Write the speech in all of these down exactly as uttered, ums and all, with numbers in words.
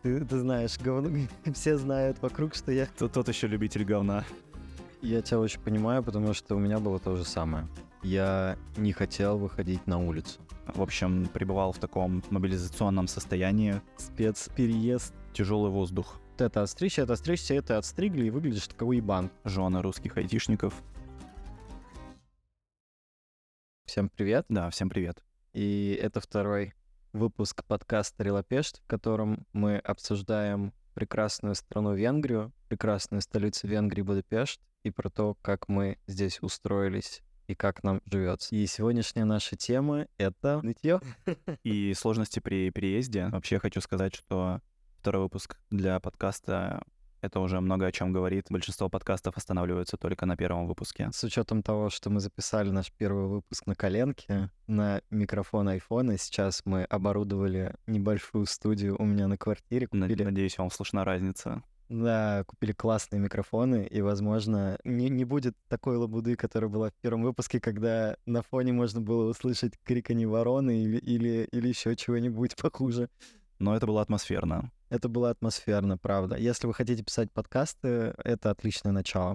Ты, ты знаешь, говно... все знают вокруг, что я... Тот, тот еще любитель говна. Я тебя очень понимаю, потому что у меня было то же самое. Я не хотел выходить на улицу. В общем, пребывал в таком мобилизационном состоянии. Спецпереезд. Тяжелый воздух. Вот это отстричься, это отстричься, это отстригли, и выглядишь как уебан. Жены русских айтишников. Всем привет. Да, всем привет. И это второй выпуск подкаста «Релапешт», в котором мы обсуждаем прекрасную страну Венгрию, прекрасную столицу Венгрии Будапешт, и про то, как мы здесь устроились и как нам живется. И сегодняшняя наша тема — это нытье. И сложности при переезде. Вообще хочу сказать, что второй выпуск для подкаста — это уже много о чем говорит. Большинство подкастов останавливаются только на первом выпуске. С учетом того, что мы записали наш первый выпуск на коленке, на микрофон айфона, сейчас мы оборудовали небольшую студию у меня на квартире. Купили... Надеюсь, вам слышна разница. Да, купили классные микрофоны, и, возможно, не, не будет такой лабуды, которая была в первом выпуске, когда на фоне можно было услышать криканье вороны или, или, или еще чего-нибудь похуже. Но это было атмосферно. Это было атмосферно, правда. Если вы хотите писать подкасты, это отличное начало.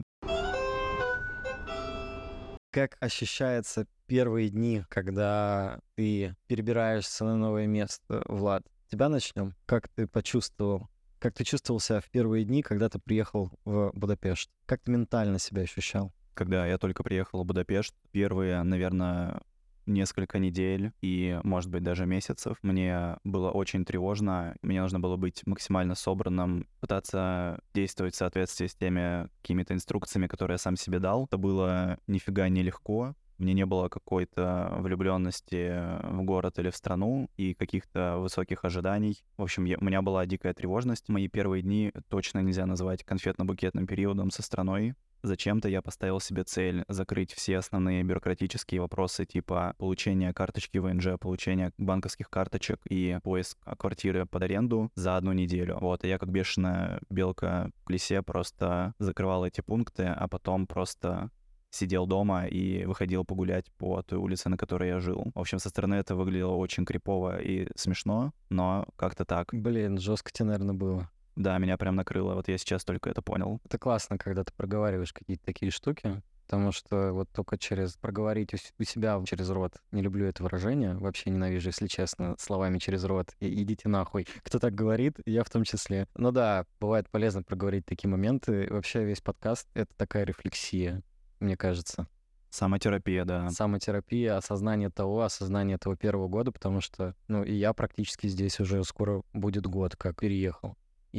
Как ощущаются первые дни, когда ты перебираешься на новое место, Влад? С тебя начнем. Как ты почувствовал? Как ты чувствовал себя в первые дни, когда ты приехал в Будапешт? Как ты ментально себя ощущал? Когда я только приехал в Будапешт, первые, наверное, несколько недель и, может быть, даже месяцев, мне было очень тревожно. Мне нужно было быть максимально собранным, пытаться действовать в соответствии с теми какими-то инструкциями, которые я сам себе дал. Это было нифига не легко. Мне не было какой-то влюбленности в город или в страну и каких-то высоких ожиданий. В общем, я, у меня была дикая тревожность. Мои первые дни точно нельзя назвать конфетно-букетным периодом со страной. Зачем-то я поставил себе цель закрыть все основные бюрократические вопросы типа получения карточки ВНЖ, получения банковских карточек и поиск квартиры под аренду за одну неделю. Вот, и я как бешеная белка в колесе просто закрывал эти пункты, а потом просто сидел дома и выходил погулять по той улице, на которой я жил. В общем, со стороны это выглядело очень крипово и смешно, но как-то так. Блин, жестко тебе, наверное, было. Да, меня прям накрыло, вот я сейчас только это понял. Это классно, когда ты проговариваешь какие-то такие штуки, потому что вот только через проговорить у, у себя через рот, не люблю это выражение, вообще ненавижу, если честно, словами через рот, и идите нахуй. Кто так говорит, я в том числе. Ну да, бывает полезно проговорить такие моменты. Вообще весь подкаст — это такая рефлексия, мне кажется. Самотерапия, да. Самотерапия, осознание того, осознание этого первого года, потому что, ну, и я практически здесь уже скоро будет год, как переехал.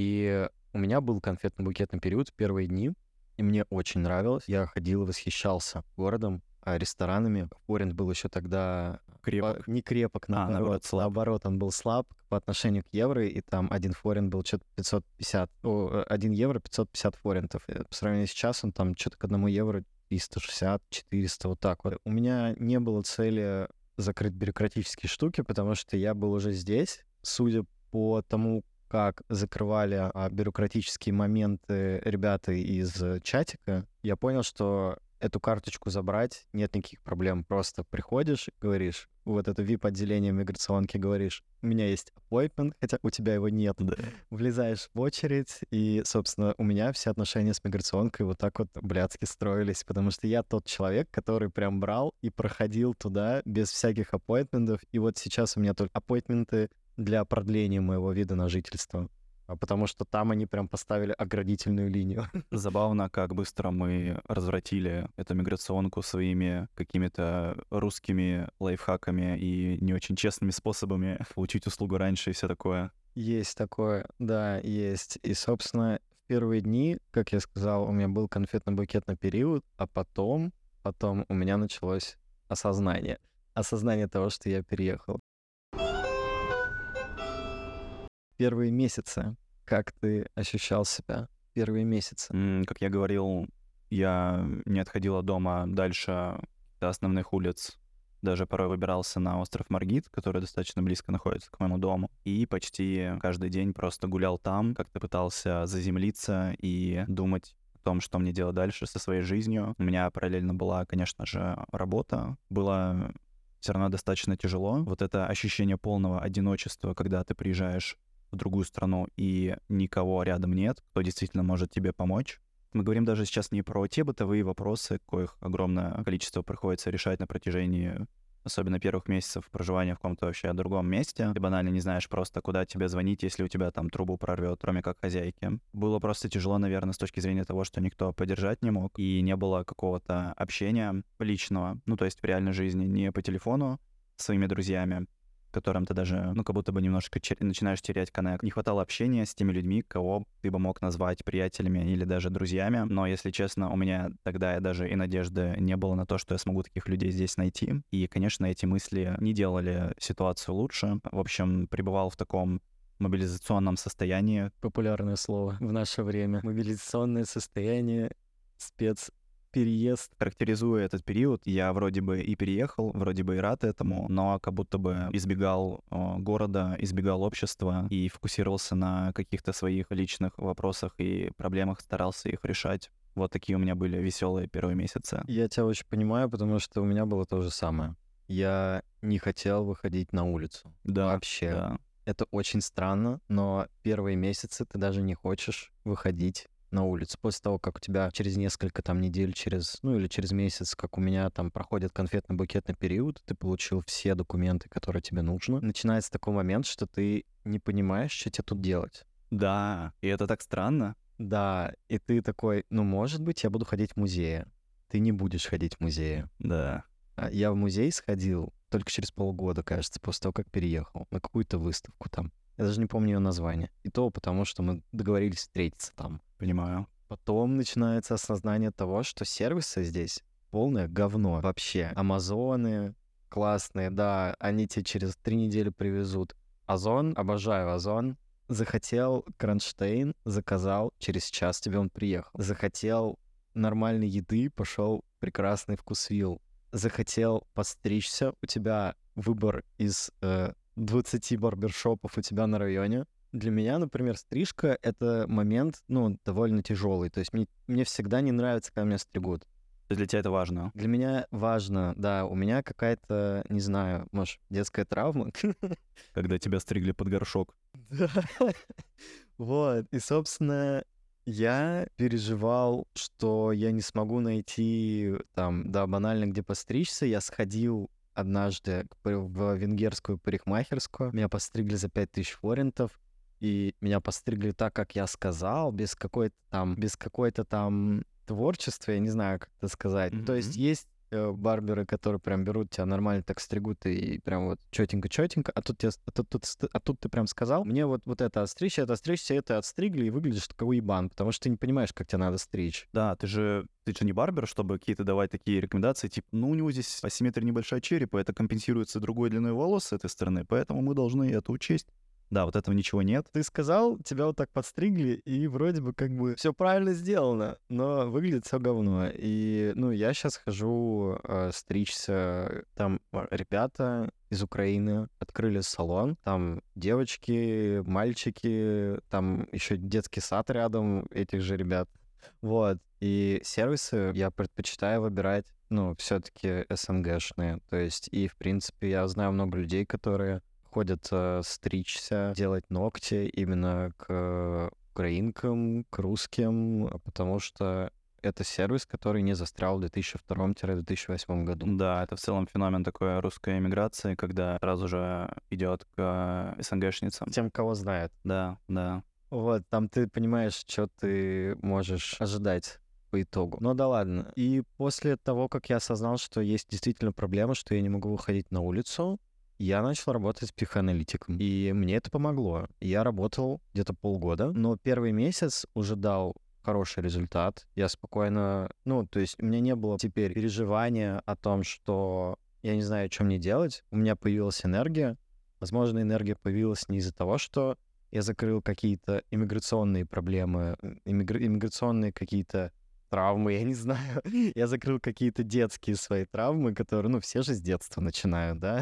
И у меня был конфетно-букетный период в первые дни, и мне очень нравилось. Я ходил и восхищался городом, ресторанами. Форинт был еще тогда крепок. По... не крепок, наоборот, а, наоборот, слаб. наоборот, он был слаб по отношению к евро, и там один форинт был что-то пятьсот пятьдесят, о, один евро пятьсот пятьдесят форинтов. И по сравнению с сейчас он там что-то к одному евро триста шестьдесят четыреста, вот так вот. У меня не было цели закрыть бюрократические штуки, потому что я был уже здесь. Судя по тому, как закрывали а, бюрократические моменты ребята из чатика, я понял, что эту карточку забрать нет никаких проблем. Просто приходишь, говоришь, вот это ви ай пи-отделение миграционки, говоришь, у меня есть appointment, хотя у тебя его нет. Да. Влезаешь в очередь, и, собственно, у меня все отношения с миграционкой вот так вот блядски строились, потому что я тот человек, который прям брал и проходил туда без всяких аппоинтментов, и вот сейчас у меня только аппоинтменты для продления моего вида на жительство. Потому что там они прям поставили оградительную линию. Забавно, как быстро мы развратили эту миграционку своими какими-то русскими лайфхаками и не очень честными способами получить услугу раньше и все такое. Есть такое, да, есть. И, собственно, в первые дни, как я сказал, у меня был конфетно-букетный период, а потом, потом у меня началось осознание. Осознание того, что я переехал. Первые месяцы, как ты ощущал себя первые месяцы? Mm, как я говорил, я не отходил от дома дальше до основных улиц. Даже порой выбирался на остров Маргит, который достаточно близко находится к моему дому. И почти каждый день просто гулял там, как-то пытался заземлиться и думать о том, что мне делать дальше со своей жизнью. У меня параллельно была, конечно же, работа. Было все равно достаточно тяжело. Вот это ощущение полного одиночества, когда ты приезжаешь в другую страну, и никого рядом нет, кто действительно может тебе помочь. Мы говорим даже сейчас не про те бытовые вопросы, коих огромное количество приходится решать на протяжении особенно первых месяцев проживания в каком-то вообще другом месте. Ты банально не знаешь просто, куда тебе звонить, если у тебя там трубу прорвет, кроме как хозяйки. Было просто тяжело, наверное, с точки зрения того, что никто поддержать не мог, и не было какого-то общения личного, ну, то есть в реальной жизни, не по телефону с своими друзьями, которым ты даже, ну, как будто бы немножко чер- начинаешь терять коннект. Не хватало общения с теми людьми, кого ты бы мог назвать приятелями или даже друзьями. Но, если честно, у меня тогда даже и надежды не было на то, что я смогу таких людей здесь найти. И, конечно, эти мысли не делали ситуацию лучше. В общем, пребывал в таком мобилизационном состоянии. Популярное слово в наше время. Мобилизационное состояние, спец... переезд. Характеризуя этот период, я вроде бы и переехал, вроде бы и рад этому, но как будто бы избегал э, города, избегал общества и фокусировался на каких-то своих личных вопросах и проблемах, старался их решать. Вот такие у меня были веселые первые месяцы. Я тебя очень понимаю, потому что у меня было то же самое. Я не хотел выходить на улицу. Да, Вообще. да. Это очень странно, но первые месяцы ты даже не хочешь выходить на улицу. После того, как у тебя через несколько там недель, через, ну или через месяц, как у меня там проходит конфетно-букетный период, ты получил все документы, которые тебе нужно, начинается такой момент, что ты не понимаешь, что тебе тут делать. Да, и это так странно. Да, и ты такой, ну, может быть, я буду ходить в музее. Ты не будешь ходить в музее. Да. А Я в музей сходил только через полгода, кажется, после того, как переехал, на какую-то выставку там. Я даже не помню ее название. И то потому, что мы договорились встретиться там. Понимаю. Потом начинается осознание того, что сервисы здесь полное говно вообще. Амазоны классные, да, они тебе через три недели привезут. Озон, обожаю Озон. Захотел кронштейн, заказал, через час тебе он приехал. Захотел нормальной еды, пошел прекрасный вкусвилл. Захотел подстричься, у тебя выбор из э, двадцати барбершопов у тебя на районе. Для меня, например, стрижка — это момент, ну, довольно тяжелый. То есть мне, мне всегда не нравится, когда меня стригут. То есть для тебя это важно? Для меня важно, да, у меня какая-то, не знаю, может, детская травма. Когда тебя стригли под горшок. Да. Вот. И, собственно, я переживал, что я не смогу найти там, да, банально, где постричься. Я сходил однажды к пар- в венгерскую парикмахерскую. Меня постригли за пять тысяч форинтов. И меня постригли так, как я сказал, без какой-то там, без какой-то там творчества, я не знаю, как это сказать. То есть Мгм. есть э, барберы, которые прям берут тебя нормально так стригут и прям вот четенько-четенько, а тут, тебе, а, тут, тут ст- а тут ты прям сказал, мне вот, вот это отстричь, это отстричь, все это отстригли, и выглядишь как уебан, потому что ты не понимаешь, как тебя надо стричь. Да, ты же, ты же не барбер, чтобы какие-то давать такие рекомендации, типа, ну, у него здесь асимметрия небольшая черепа, это компенсируется другой длиной волос с этой стороны, поэтому мы должны это учесть. Да, вот этого ничего нет. Ты сказал, тебя вот так подстригли, и вроде бы как бы все правильно сделано, но выглядит все говно. И, ну, я сейчас хожу э, стричься, там э, ребята из Украины открыли салон, там девочки, мальчики, там еще детский сад рядом этих же ребят. Вот. И сервисы я предпочитаю выбирать, ну, все-таки СНГшные. То есть, и, в принципе, я знаю много людей, которые ходят э, стричься, делать ногти именно к украинкам, к русским, потому что это сервис, который не застрял в две тысячи втором — две тысячи восьмом году. Да, это в целом феномен такой русской эмиграции, когда сразу же идет к СНГшницам. Тем, кого знает. Да, да. Вот, там ты понимаешь, что ты можешь ожидать по итогу. Ну да ладно. И после того, как я осознал, что есть действительно проблема, что я не могу выходить на улицу, я начал работать психоаналитиком. И мне это помогло. Я работал где-то полгода, но первый месяц уже дал хороший результат. Я спокойно... Ну, то есть у меня не было теперь переживания о том, что я не знаю, что мне делать. У меня появилась энергия. Возможно, энергия появилась не из-за того, что я закрыл какие-то иммиграционные проблемы, иммигр- иммиграционные какие-то травмы, я не знаю. Я закрыл какие-то детские свои травмы, которые, ну, все же с детства начинают, да?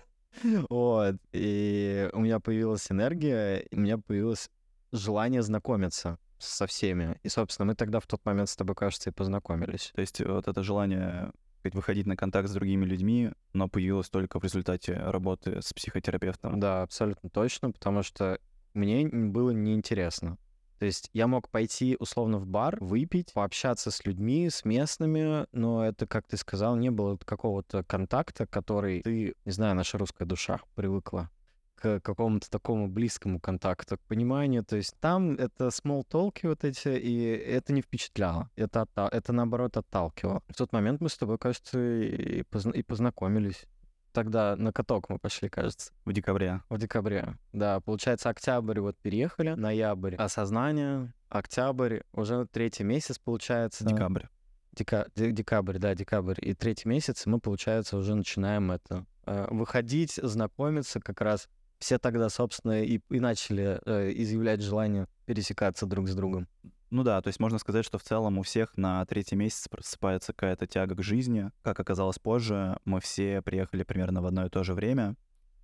Вот. И у меня появилась энергия, и у меня появилось желание знакомиться со всеми. И, собственно, мы тогда в тот момент с тобой, кажется, и познакомились. То есть вот это желание сказать, выходить на контакт с другими людьми, но появилось только в результате работы с психотерапевтом. Да, абсолютно точно, потому что мне было неинтересно. То есть я мог пойти условно в бар, выпить, пообщаться с людьми, с местными, но это, как ты сказал, не было какого-то контакта, который ты, не знаю, наша русская душа привыкла к какому-то такому близкому контакту, к пониманию. То есть там это small talk вот эти, и это не впечатляло. Это, отта- это наоборот отталкивало. В тот момент мы с тобой, кажется, и, позна- и познакомились. Тогда на каток мы пошли, кажется. В декабре. В декабре. Да, получается, октябрь вот переехали, ноябрь осознание, октябрь, уже третий месяц, получается. Декабрь. Дека- де- декабрь, да, декабрь. И третий месяц, и мы, получается, уже начинаем это э, выходить, знакомиться как раз. Все тогда, собственно, и, и начали э, изъявлять желание пересекаться друг с другом. Ну да, то есть можно сказать, что в целом у всех на третий месяц просыпается какая-то тяга к жизни. Как оказалось позже, мы все приехали примерно в одно и то же время.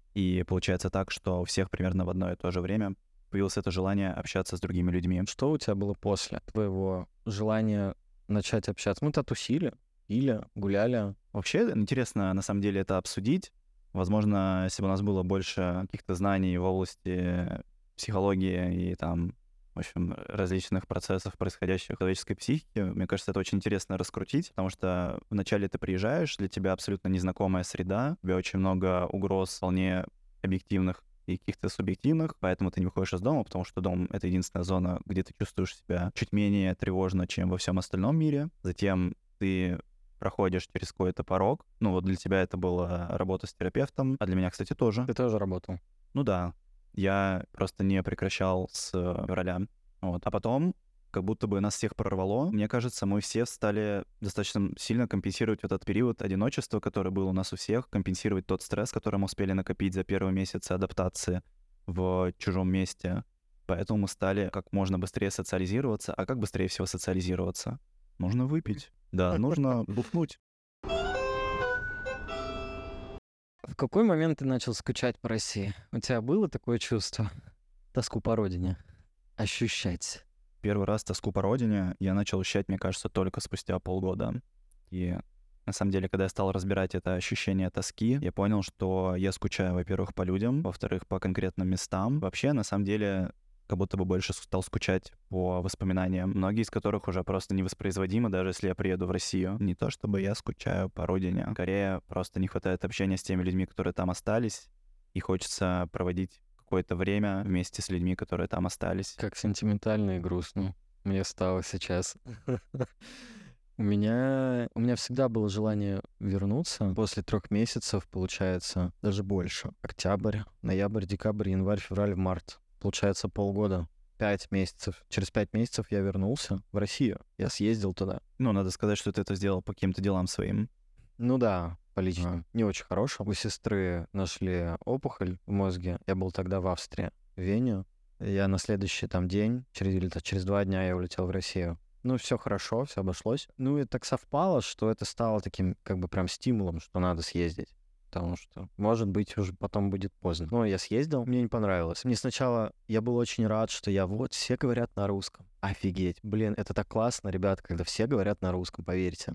И получается так, что у всех примерно в одно и то же время появилось это желание общаться с другими людьми. Что у тебя было после твоего желания начать общаться? Мы-то тусили, пили, гуляли. Вообще интересно на самом деле это обсудить. Возможно, если бы у нас было больше каких-то знаний в области психологии и там, в общем, различных процессов, происходящих в человеческой психике, мне кажется, это очень интересно раскрутить, потому что вначале ты приезжаешь, для тебя абсолютно незнакомая среда, у тебя очень много угроз вполне объективных и каких-то субъективных, поэтому ты не выходишь из дома, потому что дом — это единственная зона, где ты чувствуешь себя чуть менее тревожно, чем во всем остальном мире. Затем ты проходишь через какой-то порог. Ну, вот для тебя это была работа с терапевтом, а для меня, кстати, тоже. Ты тоже работал? Ну да, я просто не прекращал с февраля. Вот. А потом, как будто бы нас всех прорвало, мне кажется, мы все стали достаточно сильно компенсировать вот этот период одиночества, который был у нас у всех, компенсировать тот стресс, который мы успели накопить за первые месяцы адаптации в чужом месте. Поэтому мы стали как можно быстрее социализироваться. А как быстрее всего социализироваться? Нужно выпить. Да, нужно бухнуть. В какой момент ты начал скучать по России? У тебя было такое чувство? Тоску по родине? Ощущать? Первый раз тоску по родине я начал ощущать, мне кажется, только спустя полгода. И на самом деле, когда я стал разбирать это ощущение тоски, я понял, что я скучаю, во-первых, по людям, во-вторых, по конкретным местам. Вообще, на самом деле, как будто бы больше стал скучать по воспоминаниям, многие из которых уже просто невоспроизводимы, даже если я приеду в Россию. Не то чтобы я скучаю по родине, скорее просто не хватает общения с теми людьми, которые там остались, и хочется проводить какое-то время вместе с людьми, которые там остались. Как сентиментально и грустно мне стало сейчас. У меня, у меня всегда было желание вернуться. После трех месяцев, получается, даже больше. Октябрь, ноябрь, декабрь, январь, февраль, март. Получается, полгода. Пять месяцев. Через пять месяцев я вернулся в Россию. Я съездил туда. Ну, надо сказать, что ты это сделал по каким-то делам своим. Ну да, по личным. Не очень хорошим. У сестры нашли опухоль в мозге. Я был тогда в Австрии, в Вене. Я на следующий там день, через, или то через два дня я улетел в Россию. Ну, все хорошо, все обошлось. Ну, и так совпало, что это стало таким, как бы прям стимулом, что надо съездить. Потому что, может быть, уже потом будет поздно. Но я съездил, мне не понравилось. Мне сначала, я был очень рад, что я вот, все говорят на русском. Офигеть. Блин, это так классно, ребят, когда все говорят на русском, поверьте.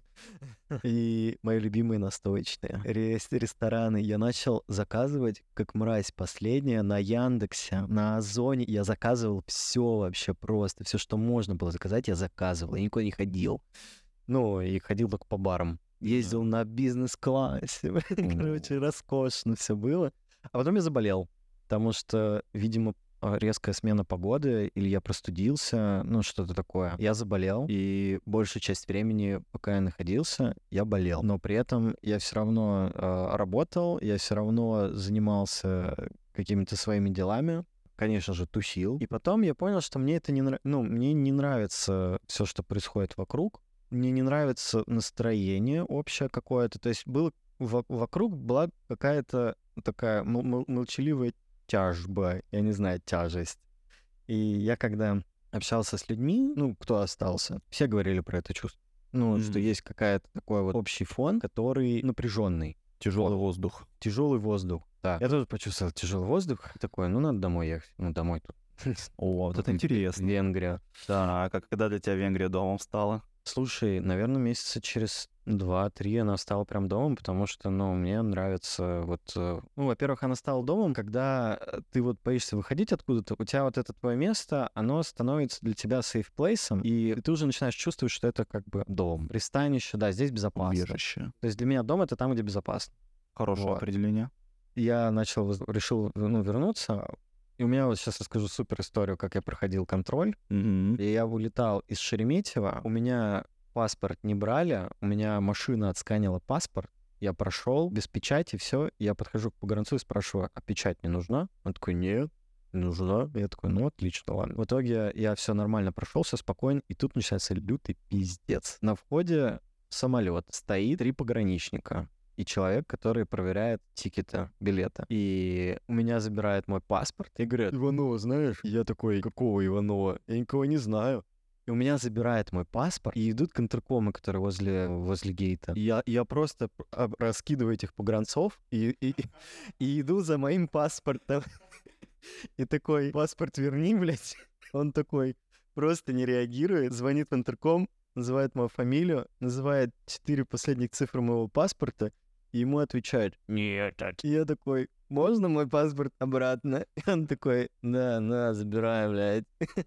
И мои любимые настойчные рес- рестораны. Я начал заказывать, как мразь последняя, на Яндексе, на Озоне. Я заказывал все вообще просто. Все, что можно было заказать, я заказывал. Я никуда не ходил. Ну, и ходил только по барам. Ездил на бизнес-классе. Короче, роскошно все было. А потом я заболел, потому что, видимо, а, резкая смена погоды, или я простудился, ну, что-то такое. Я заболел, и большую часть времени, пока я находился, я болел. Но при этом я все равно э, работал, я все равно занимался какими-то своими делами, конечно же, тусил. И потом я понял, что мне это не нравится, ну, мне не нравится все, что происходит вокруг. Мне не нравится настроение общее какое-то. То есть было во- вокруг была какая-то такая мол- мол- молчаливая тяжба, я не знаю, тяжесть. И я когда общался с людьми, ну, кто остался, все говорили про это чувство. Ну, что Мгм. есть какая-то такой вот общий фон, который напряженный. Тяжелый воздух. Тяжелый воздух, да. Я тоже почувствовал тяжелый воздух. Такой, ну, надо домой ехать. Ну, домой тут. О, вот это интересно. Венгрия. Да, а как когда для тебя Венгрия домом стала? Слушай, наверное, месяца через два-три она стала прям домом, потому что, ну, мне нравится вот... э, Ну, во-первых, она стала домом, когда э, ты вот боишься выходить откуда-то, у тебя вот это твое место, оно становится для тебя сейф-плейсом, и ты уже начинаешь чувствовать, что это как бы дом. Пристанище, да, здесь безопасно. Убежище. То есть для меня дом — это там, где безопасно. Хорошее Вот. определение. Я начал, воз- решил, ну, вернуться, и у меня вот сейчас расскажу супер историю, как я проходил контроль. Мгм. И я вылетал из Шереметьево, у меня паспорт не брали, у меня машина отсканила паспорт, я прошел без печати, все, я подхожу к погранцу и спрашиваю, а печать не нужна? Он такой, нет, не нужна. Я такой, ну, отлично, ладно. В итоге я все нормально прошел, все спокойно, и тут начинается лютый пиздец. На входе в самолет стоит три пограничника и человек, который проверяет тикеты, билеты. И у меня забирает мой паспорт и говорят, Иванова знаешь? Я такой, какого Иванова? Я никого не знаю. И у меня забирает мой паспорт, и идут контркомы, которые возле, возле гейта. И я, я просто п- об- раскидываю этих погранцов и, и, и иду за моим паспортом. И такой, паспорт верни, блядь. Он такой просто не реагирует, звонит в интерком, называет мою фамилию, называет четыре последних цифры моего паспорта, и ему отвечают, нет. И я такой, можно мой паспорт обратно? И он такой, да, на, забирай, блядь.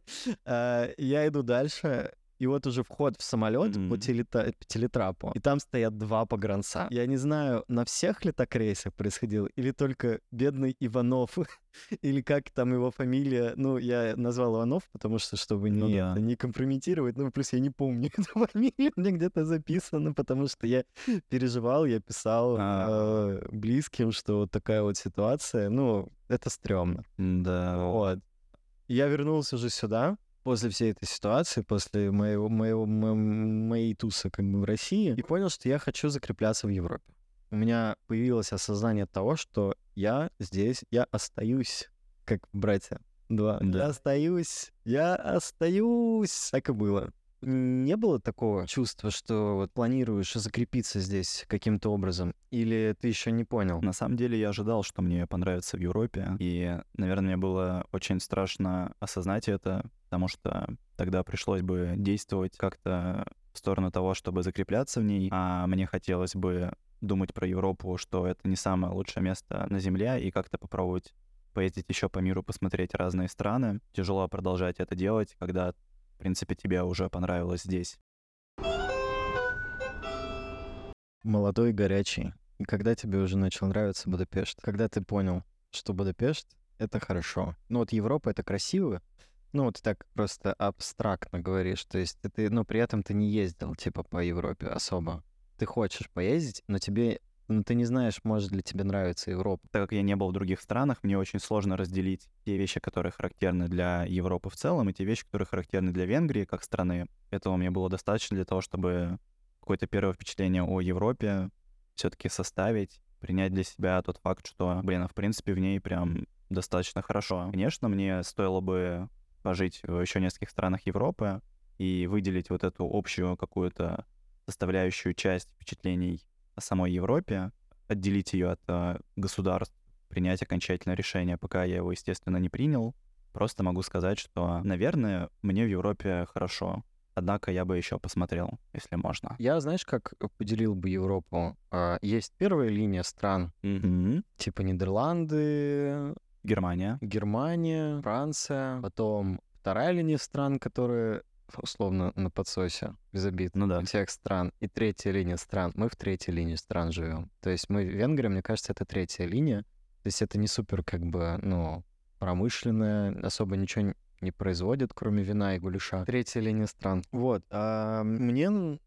А, Я иду дальше, и вот уже вход в самолет по, Мгм. телета- по телетрапу, и там стоят два погранца. Я не знаю, на всех ли так рейсах происходило, или только бедный Иванов, или как там его фамилия. Ну, я назвал Иванов, потому что, чтобы Ну не, да. это, не компрометировать, ну, плюс я не помню эту фамилию, мне где-то записано, потому что я переживал, я писал А, э, близким, что вот такая вот ситуация, ну, это стрёмно. Да. Вот. Я вернулся уже сюда после всей этой ситуации, после моего, моего, мо- моей тусы как бы в России, и понял, что я хочу закрепляться в Европе. У меня появилось осознание того, что я здесь, я остаюсь, как братья два. Я Да. остаюсь, я остаюсь. Так и было. Не было такого чувства, что вот планируешь закрепиться здесь каким-то образом? Или ты еще не понял? На самом деле я ожидал, что мне понравится в Европе, и, наверное, мне было очень страшно осознать это, потому что тогда пришлось бы действовать как-то в сторону того, чтобы закрепляться в ней, а мне хотелось бы думать про Европу, что это не самое лучшее место на Земле, и как-то попробовать поездить еще по миру, посмотреть разные страны. Тяжело продолжать это делать, когда, в принципе, тебе уже понравилось здесь. Молодой, горячий. И когда тебе уже начал нравиться Будапешт? Когда ты понял, что Будапешт — это хорошо? Ну вот Европа — это красиво, ну вот ты так просто абстрактно говоришь, то есть ты, ты, ну при этом ты не ездил типа по Европе особо. Ты хочешь поездить, но тебе, ну ты не знаешь, может ли тебе нравится Европа. Так как я не был в других странах, мне очень сложно разделить те вещи, которые характерны для Европы в целом, и те вещи, которые характерны для Венгрии как страны. Этого мне было достаточно для того, чтобы какое-то первое впечатление о Европе все-таки составить, принять для себя тот факт, что, блин, а в принципе в ней прям достаточно хорошо. Конечно, мне стоило бы пожить в еще нескольких странах Европы и выделить вот эту общую какую-то составляющую часть впечатлений о самой Европе, отделить ее от а, государств, принять окончательное решение, пока я его, естественно, не принял. Просто могу сказать, что, наверное, мне в Европе хорошо. Однако я бы еще посмотрел, если можно. Я, знаешь, как поделил бы Европу? А, Есть первая линия стран, Мгм. типа Нидерланды, Германия. Германия, Франция, потом вторая линия стран, которые условно на подсосе, без обид, Ну да. всех стран, и третья линия стран. Мы в третьей линии стран живем. То есть мы, Венгрия, мне кажется, это третья линия. То есть это не супер, как бы, ну, промышленная, особо ничего н- не производит, кроме вина и гуляша. Третья линия стран. Вот. А мне н-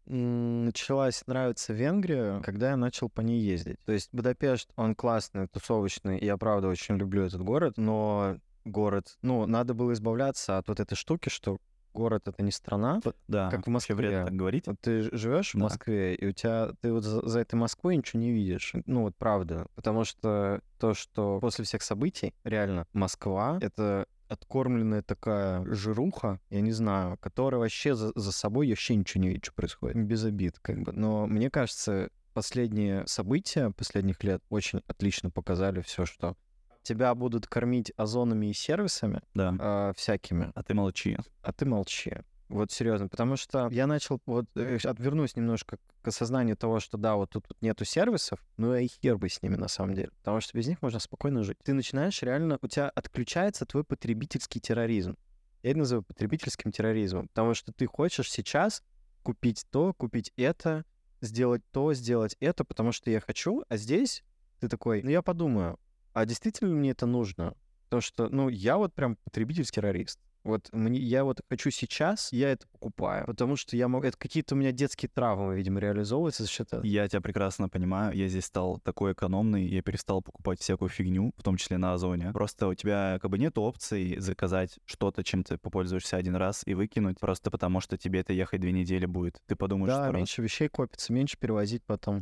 м, началась нравиться Венгрия, когда я начал по ней ездить. То есть Будапешт, он классный, тусовочный, и я, правда, очень люблю этот город, но город, ну, надо было избавляться от вот этой штуки, что город — это не страна, вот Да, как в вообще вредно Москве. так говорить. Вот ты живешь в Да. Москве, и у тебя, ты вот за, за этой Москвой ничего не видишь. Ну, вот правда. Потому что то, что после всех событий, реально, Москва — это откормленная такая жируха, я не знаю, которая вообще за, за собой вообще ничего не видит, что происходит. Без обид, как бы. Но мне кажется, последние события последних лет очень отлично показали все, что тебя будут кормить озонами и сервисами Да. а, всякими, А ты молчи. а ты молчи. Вот серьезно, потому что я начал, вот э, отвернусь немножко к осознанию того, что да, вот тут, тут нету сервисов, ну и хер бы с ними на самом деле, потому что без них можно спокойно жить. Ты начинаешь реально, у тебя отключается твой потребительский терроризм. Я это называю потребительским терроризмом, потому что ты хочешь сейчас купить то, купить это, сделать то, сделать это, потому что я хочу, а здесь ты такой, ну я подумаю, а действительно мне это нужно? Потому что, ну, я вот прям потребительский террорист. Вот мне, я вот хочу сейчас, я это покупаю, потому что я могу... Это какие-то у меня детские травмы, видимо, реализовываются за счет этого. Я тебя прекрасно понимаю. Я здесь стал такой экономный, я перестал покупать всякую фигню, в том числе на Озоне. Просто у тебя как бы нет опции заказать что-то, чем ты попользуешься один раз и выкинуть, просто потому что тебе это ехать две недели будет. Ты подумаешь, Да, что... меньше вещей копится, меньше перевозить потом.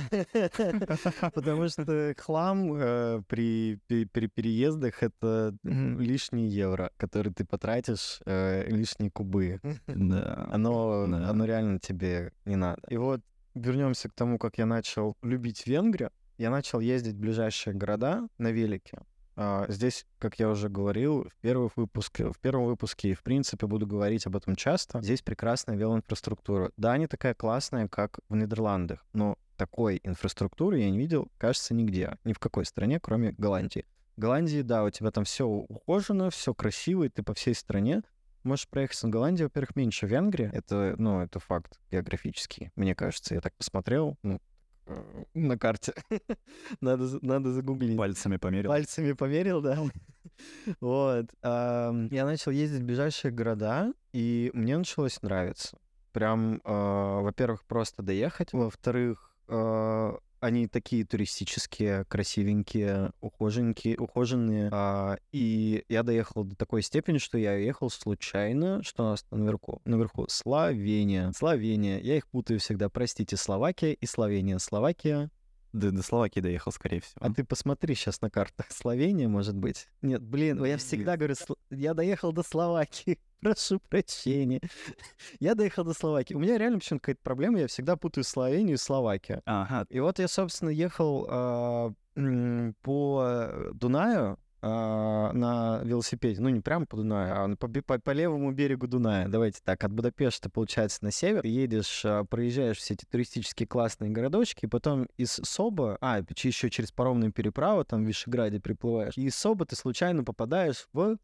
Потому что хлам э, при, при, при переездах — это м, лишние евро, которые ты потратишь, э, лишние кубы. Да, Оно, да. оно реально тебе не надо. И вот вернемся к тому, как я начал любить Венгрию. Я начал ездить в ближайшие города на велике. А, здесь, как я уже говорил, в первых выпусках, в первом выпуске и, в принципе, буду говорить об этом часто, здесь прекрасная велоинфраструктура. Да, не такая классная, как в Нидерландах, но такой инфраструктуры я не видел, кажется, нигде, ни в какой стране, кроме Голландии. В Голландии, да, у тебя там все ухожено, все красиво, и ты по всей стране можешь проехать на Голландию, во-первых, меньше Венгрии. Это, ну, это факт географический. Мне кажется, я так посмотрел, ну, э, на карте. надо, за- надо загуглить. Пальцами померил. Пальцами померил, да. Вот. ам, Я начал ездить в ближайшие города, и мне началось нравиться. Прям, а, во-первых, просто доехать. Во-вторых, а, они такие туристические, красивенькие, ухоженькие, ухоженные. А, И я доехал до такой степени, что я ехал случайно. Что у нас там наверху? Наверху Словения. Словения. Я их путаю всегда. Простите, Словакия и Словения. Словакия. Да, до Словакии доехал, скорее всего. А ты посмотри сейчас на картах. Словения, может быть? Нет, блин, я всегда говорю, Сл- я доехал до Словакии. Прошу прощения. Я доехал до Словакии. У меня реально почему-то какая-то проблема, я всегда путаю Словению и Словакию. Ага, И вот я, собственно, ехал а, м, по Дунаю а, на велосипеде. Ну, не прямо по Дунаю, а по, бе- по- по левому берегу Дуная. Давайте так, от Будапешта, получается, на север. Ты едешь, а, проезжаешь все эти туристические классные городочки, и потом из Соба, а, еще через паромную переправу, там в Вишеграде приплываешь, и из Соба ты случайно попадаешь в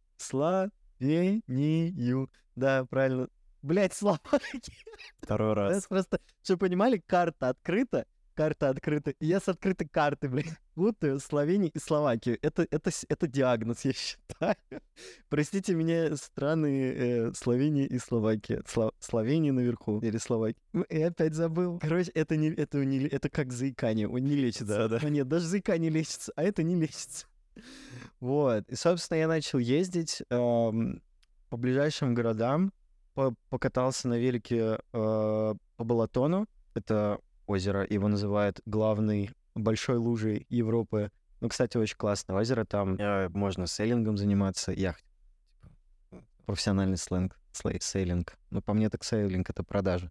Словению. Да, правильно. Блять, Словакия. второй У раз. нас просто, чтобы понимали, карта открыта, карта открыта, и я с открытой карты, блин, путаю Словению и Словакию. Это, это, с- это диагноз, я считаю. Простите меня, страны э, Словения и Словакия. Сло- Словения наверху или Словакия. М, Я опять забыл. Короче, это, не, это, не, это как заикание, он не лечится. Да, да. Ну нет, даже заикание лечится, а это не лечится. Вот. И, собственно, я начал ездить эм, по ближайшим городам, по- покатался на велике э, по Балатону. Это озеро, его называют главной большой лужей Европы. Ну, кстати, очень классное озеро. Там э, можно сейлингом заниматься, яхт. Профессиональный сленг, слей- сейлинг. Ну, по мне так сейлинг — это продажа.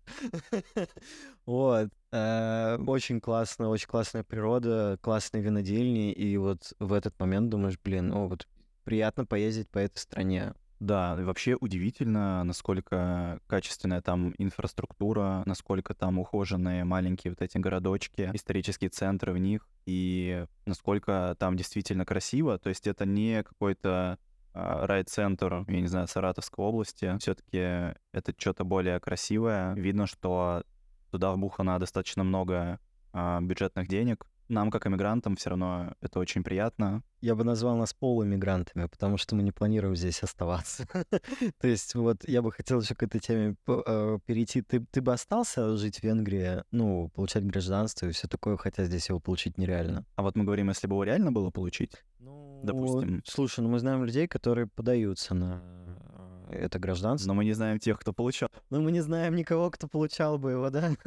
Вот. Э, Очень классно, очень классная природа, классные винодельни. И вот в этот момент думаешь, блин, ну вот приятно поездить по этой стране. Да, и вообще удивительно, насколько качественная там инфраструктура, насколько там ухоженные маленькие вот эти городочки, исторические центры в них, и насколько там действительно красиво. То есть это не какой-то а, райцентр, я не знаю, Саратовской области. Все-таки это что-то более красивое. Видно, что туда вбухано достаточно много а, бюджетных денег. Нам, как иммигрантам, все равно это очень приятно. Я бы назвал нас полуэмигрантами, потому что мы не планируем здесь оставаться. То есть вот я бы хотел еще к этой теме п- э, перейти. Ты, ты бы остался жить в Венгрии, ну, получать гражданство и все такое, хотя здесь его получить нереально? А вот мы говорим, если бы его реально было получить, Ну, допустим. слушай, ну мы знаем людей, которые подаются на э, это гражданство. Но мы не знаем тех, кто получал. Но мы не знаем никого, кто получал бы его, да?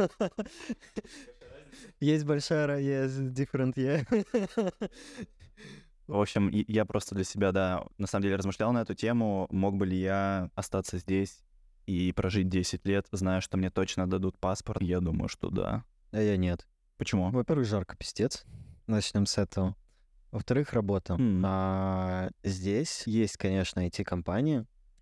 Есть большая разница, есть different, yeah. В общем, и- я просто для себя, да, на самом деле размышлял на эту тему, мог бы ли я остаться здесь и прожить десять лет, зная, что мне точно дадут паспорт. Я думаю, что да. А я нет. Почему? Во-первых, жарко, пиздец. Начнем с этого. Во-вторых, работа. М. А здесь есть, конечно, ай ти-компании,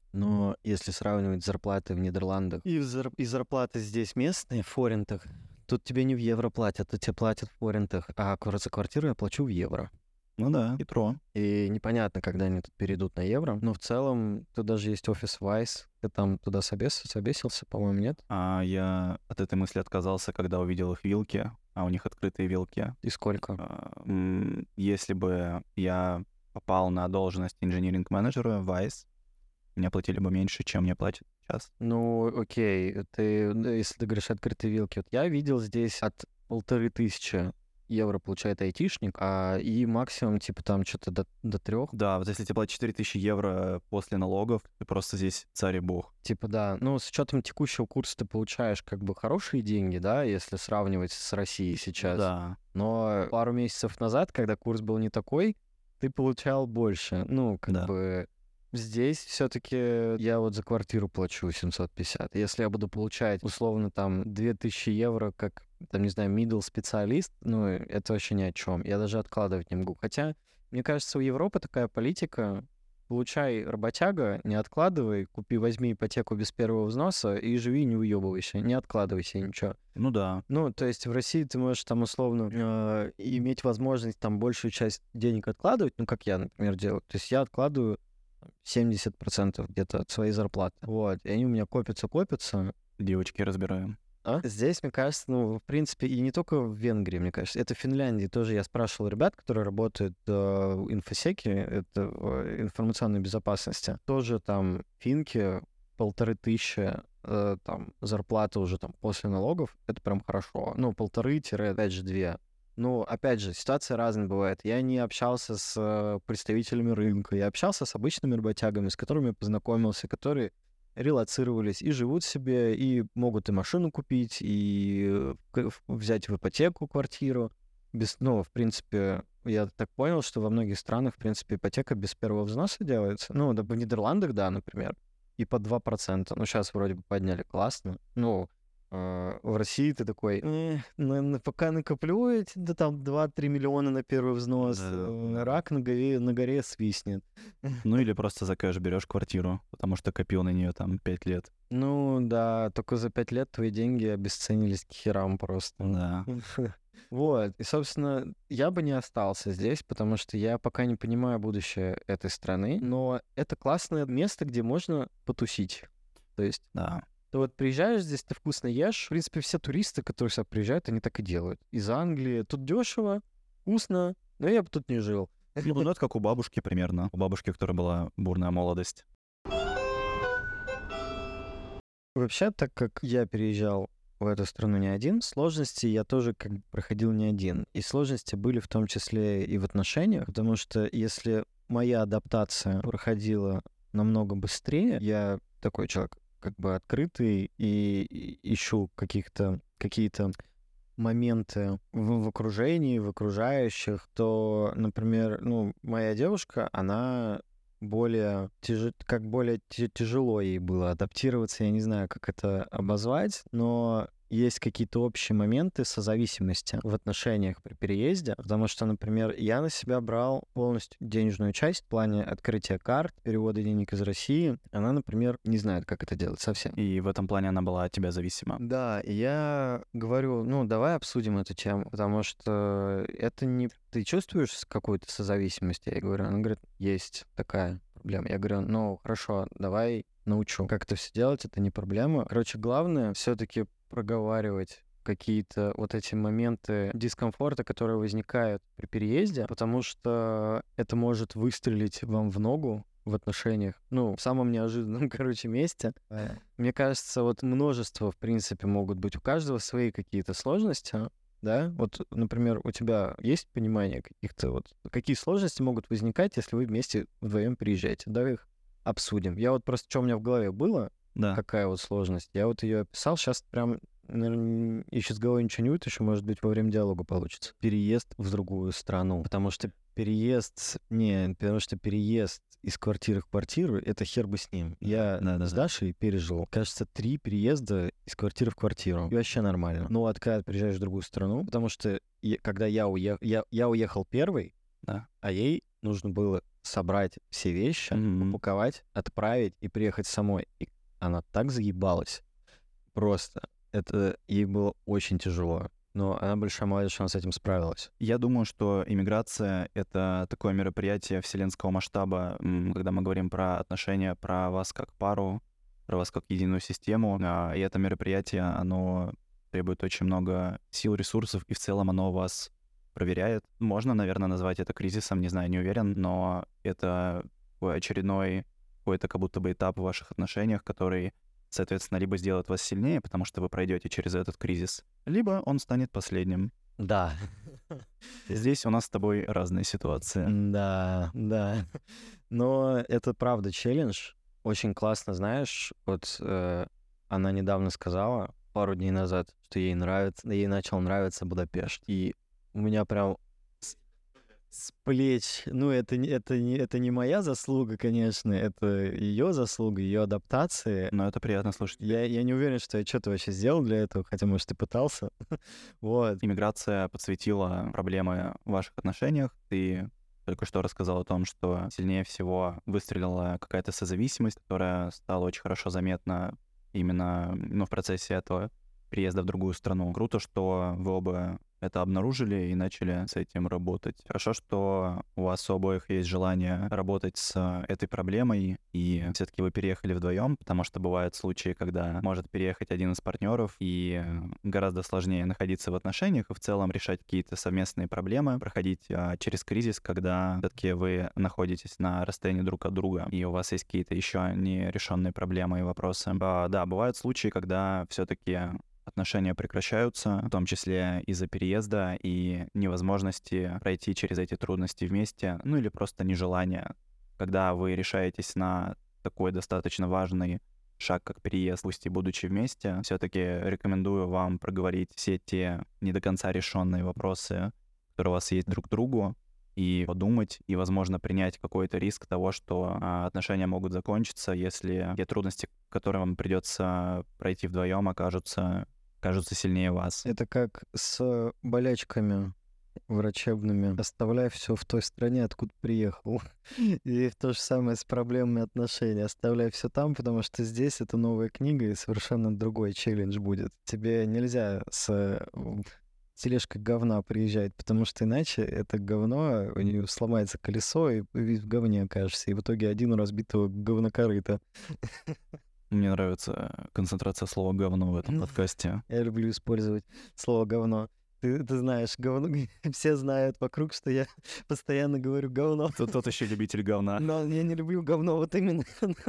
Но если сравнивать зарплаты в Нидерландах и, зар- и зарплаты здесь местные, в форинтах, тут тебе не в евро платят, тут тебе платят в форинтах, а квар- за квартиру я плачу в евро. Ну да, хитро. И непонятно, когда они тут перейдут на евро. Но в целом тут даже есть офис Вайс. Ты там туда собес... собесился, по-моему, нет? А я от этой мысли отказался, когда увидел их вилки, а у них открытые вилки. И сколько? А, м, Если бы я попал на должность инжиниринг-менеджера в Vice, мне платили бы меньше, чем мне платят сейчас. Ну, окей, ты, ну, если ты говоришь открытые вилки, вот я видел здесь от полторы тысячи евро получает айтишник, а и максимум, типа, там что-то до, до трех. Да, вот если тебе платят четыре тысячи евро после налогов, ты просто здесь царь и бог. Типа, да, ну, с учетом текущего курса ты получаешь как бы хорошие деньги, да, если сравнивать с Россией Ну сейчас. да, Но пару месяцев назад, когда курс был не такой, ты получал больше. Ну, как да. бы здесь все-таки я вот за квартиру плачу семьсот пятьдесят. Если я буду получать условно там две тысячи евро как, там, не знаю, middle специалист, ну, это вообще ни о чем. Я даже откладывать не могу. Хотя, мне кажется, у Европы такая политика: получай работяга, не откладывай, купи, возьми ипотеку без первого взноса и живи, не уебывайся, не откладывайся ничего. Ну да. Ну, то есть в России ты можешь там условно э, иметь возможность там большую часть денег откладывать, ну, как я, например, делаю. То есть я откладываю семьдесят процентов где-то от своей зарплаты. Вот, и они у меня копятся-копятся. Девочки разбираем. А? Здесь, мне кажется, ну, в принципе, и не только в Венгрии, мне кажется, это в Финляндии тоже. Я спрашивал ребят, которые работают э, в инфосеке, это в информационной безопасности, тоже там финки полторы тысячи, э, там зарплата уже там после налогов, это прям хорошо. Ну, полторы-опять же две. Ну, опять же, ситуация разная бывает. Я не общался с э, представителями рынка, я общался с обычными работягами, с которыми я познакомился, которые релоцировались и живут себе, и могут и машину купить, и э, к- в- взять в ипотеку квартиру. Без, ну, в принципе, я так понял, что во многих странах, в принципе, ипотека без первого взноса делается. Ну, да, в Нидерландах, да, например, и по два процента. Ну, сейчас вроде бы подняли, классно. Ну, э, в России ты такой: «Э, на- на- пока накоплю эти, да там два-три миллиона на первый взнос, Да, э, да. рак на горе, на горе свистнет». Ну или просто за кэш берешь квартиру, потому что копил на нее там пять лет. Ну да, только за пять лет твои деньги обесценились к херам просто. Да. Вот, и, собственно, я бы не остался здесь, потому что я пока не понимаю будущее этой страны, но это классное место, где можно потусить. То есть Да. ты вот приезжаешь здесь, ты вкусно ешь. В принципе, все туристы, которые сюда приезжают, они так и делают. Из Англии. Тут дешево, вкусно, но я бы тут не жил. Ну, ну, это как у бабушки примерно. У бабушки, у которой была бурная молодость. Вообще, так как я переезжал в эту страну не один, сложности я тоже как бы проходил не один. И сложности были в том числе и в отношениях, потому что если моя адаптация проходила намного быстрее, я такой человек как бы открытый и, и ищу каких-то какие-то моменты в, в окружении, в окружающих, то, например, ну, моя девушка, она более, тяж... как более ти- тяжело ей было адаптироваться, я не знаю, как это обозвать, но есть какие-то общие моменты созависимости в отношениях при переезде, потому что, например, я на себя брал полностью денежную часть в плане открытия карт, перевода денег из России. Она, например, не знает, как это делать совсем. И в этом плане она была от тебя зависима. Да, и я говорю, ну, давай обсудим эту тему, потому что это не... Ты чувствуешь с- какую-то созависимость? Я ей говорю. Она говорит: есть такая проблема. Я говорю: ну, хорошо, давай научу, как это все делать, это не проблема. Короче, главное все-таки проговаривать какие-то вот эти моменты дискомфорта, которые возникают при переезде, потому что это может выстрелить вам в ногу в отношениях, ну, в самом неожиданном, короче, месте. Мне кажется, вот множество, в принципе, могут быть. У каждого свои какие-то сложности, да? Вот, например, у тебя есть понимание каких-то вот... Какие сложности могут возникать, если вы вместе вдвоем приезжаете? Давай их обсудим. Я вот просто, что у меня в голове было, Да. какая вот сложность, я вот ее описал. Сейчас прям, наверное, еще с головой ничего не вытащу, может быть, во время диалога получится. Переезд в другую страну. Потому что переезд... Не, потому что переезд из квартиры в квартиру — это хер бы с ним. Я да, да, с да. Дашей пережил, кажется, три переезда из квартиры в квартиру. И вообще нормально. Ну, а когда ты приезжаешь в другую страну, потому что и- когда я, уе... я, я уехал первый, Да. а ей нужно было собрать все вещи, Мгм. упаковать, отправить и приехать самой. И она так заебалась. Просто. Это ей было очень тяжело. Но она большая молодец, что она с этим справилась. Я думаю, что иммиграция — это такое мероприятие вселенского масштаба, м, когда мы говорим про отношения, про вас как пару, про вас как единую систему. А, И это мероприятие, оно требует очень много сил, ресурсов, и в целом оно вас проверяет. Можно, наверное, назвать это кризисом, не знаю, не уверен, но это такой очередной какой-то как будто бы этап в ваших отношениях, который, соответственно, либо сделает вас сильнее, потому что вы пройдете через этот кризис, либо он станет последним. Да. Здесь у нас с тобой разные ситуации. Да, да. Но это правда челлендж. Очень классно, знаешь, вот э, она недавно сказала, пару дней назад, что ей нравится, ей начал нравиться Будапешт. И у меня прям с, с плеч, ну это, не- это, не, это не моя заслуга, конечно, это ее заслуга, ее адаптации. Но это приятно слышать. Я, я не уверен, что я что-то вообще сделал для этого, хотя, может, ты пытался. Вот. Иммиграция подсветила проблемы в ваших отношениях. Ты только что рассказал о том, что сильнее всего выстрелила какая-то созависимость, которая стала очень хорошо заметна именно, ну, в процессе этого переезда в другую страну. Круто, что вы оба это обнаружили и начали с этим работать. Хорошо, что у вас у обоих есть желание работать с этой проблемой, и все-таки вы переехали вдвоем, потому что бывают случаи, когда может переехать один из партнеров, и гораздо сложнее находиться в отношениях и в целом решать какие-то совместные проблемы, проходить а, через кризис, когда все-таки вы находитесь на расстоянии друг от друга, и у вас есть какие-то еще нерешенные проблемы и вопросы. А, да, бывают случаи, когда все-таки отношения прекращаются, в том числе из-за переезда и невозможности пройти через эти трудности вместе, ну или просто нежелания. Когда вы решаетесь на такой достаточно важный шаг, как переезд, пусть и будучи вместе, все-таки рекомендую вам проговорить все те не до конца решенные вопросы, которые у вас есть друг к другу, и подумать, и, возможно, принять какой-то риск того, что а, отношения могут закончиться, если те трудности, которые вам придется пройти вдвоем, окажутся кажутся сильнее вас. Это как с болячками врачебными. Оставляй все в той стране, откуда приехал. И то же самое с проблемами отношений. Оставляй все там, потому что здесь это новая книга и совершенно другой челлендж будет. Тебе нельзя с э, тележкой говна приезжать, потому что иначе это говно, у нее сломается колесо, и весь в говне окажешься. И в итоге один у разбитого говнокорыта. Мне нравится концентрация слова «говно» в этом подкасте. Я люблю использовать слово говно. Ты, ты знаешь, говно, все знают вокруг, что я постоянно говорю говно. Тут тот еще любитель говна. Но я не люблю говно, вот именно.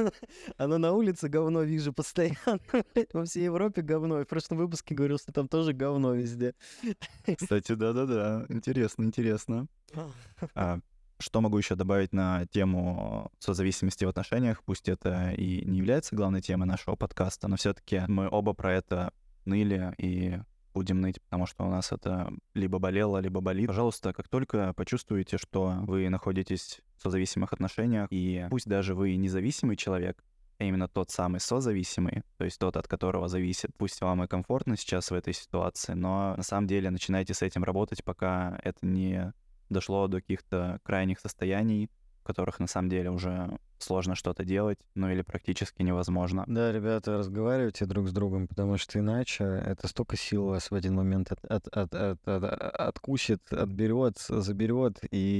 Оно на улице говно вижу постоянно. Во всей Европе говно. И в прошлом выпуске говорил, что там тоже говно везде. Кстати, да-да-да. Интересно, интересно. А, что могу еще добавить на тему созависимости в отношениях? Пусть это и не является главной темой нашего подкаста, но все-таки мы оба про это ныли и будем ныть, потому что у нас это либо болело, либо болит. Пожалуйста, как только почувствуете, что вы находитесь в созависимых отношениях, и пусть даже вы независимый человек, а именно тот самый созависимый, то есть тот, от которого зависит, пусть вам и комфортно сейчас в этой ситуации, но на самом деле начинайте с этим работать, пока это не дошло до каких-то крайних состояний, в которых на самом деле уже сложно что-то делать, ну или практически невозможно. Да, ребята, разговаривайте друг с другом, потому что иначе это столько сил у вас в один момент от, от, от, от- от- откусит, отберет, заберет,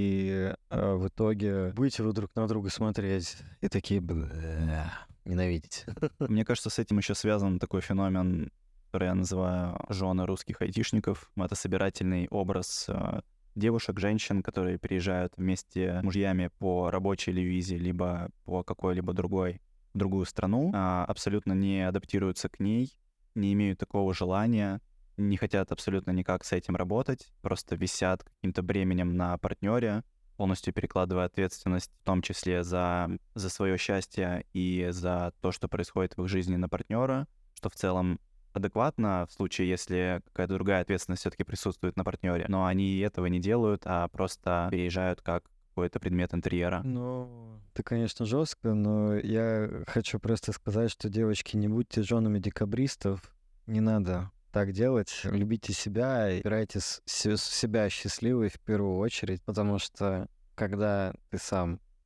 и э, в итоге будете вы друг на друга смотреть и такие «Бля, ненавидеть». Мне кажется, с этим еще связан такой феномен, который я называю жены русских айтишников. Это собирательный образ э, девушек, женщин, которые переезжают вместе с мужьями по рабочей или визе, либо по какой-либо другой, в другую страну, а, абсолютно не адаптируются к ней, не имеют такого желания, не хотят абсолютно никак с этим работать, просто висят каким-то бременем на партнере, полностью перекладывая ответственность, в том числе за, за свое счастье и за то, что происходит в их жизни, на партнера, что в целом адекватно в случае, если какая-то другая ответственность все-таки присутствует на партнере, но они этого не делают, а просто переезжают как какой-то предмет интерьера. Ну, это, конечно, жестко, но я хочу просто сказать, что, девочки, не будьте женами декабристов, не надо так делать. Любите себя и выбирайте с- с- себя счастливой в первую очередь, потому что когда ты сам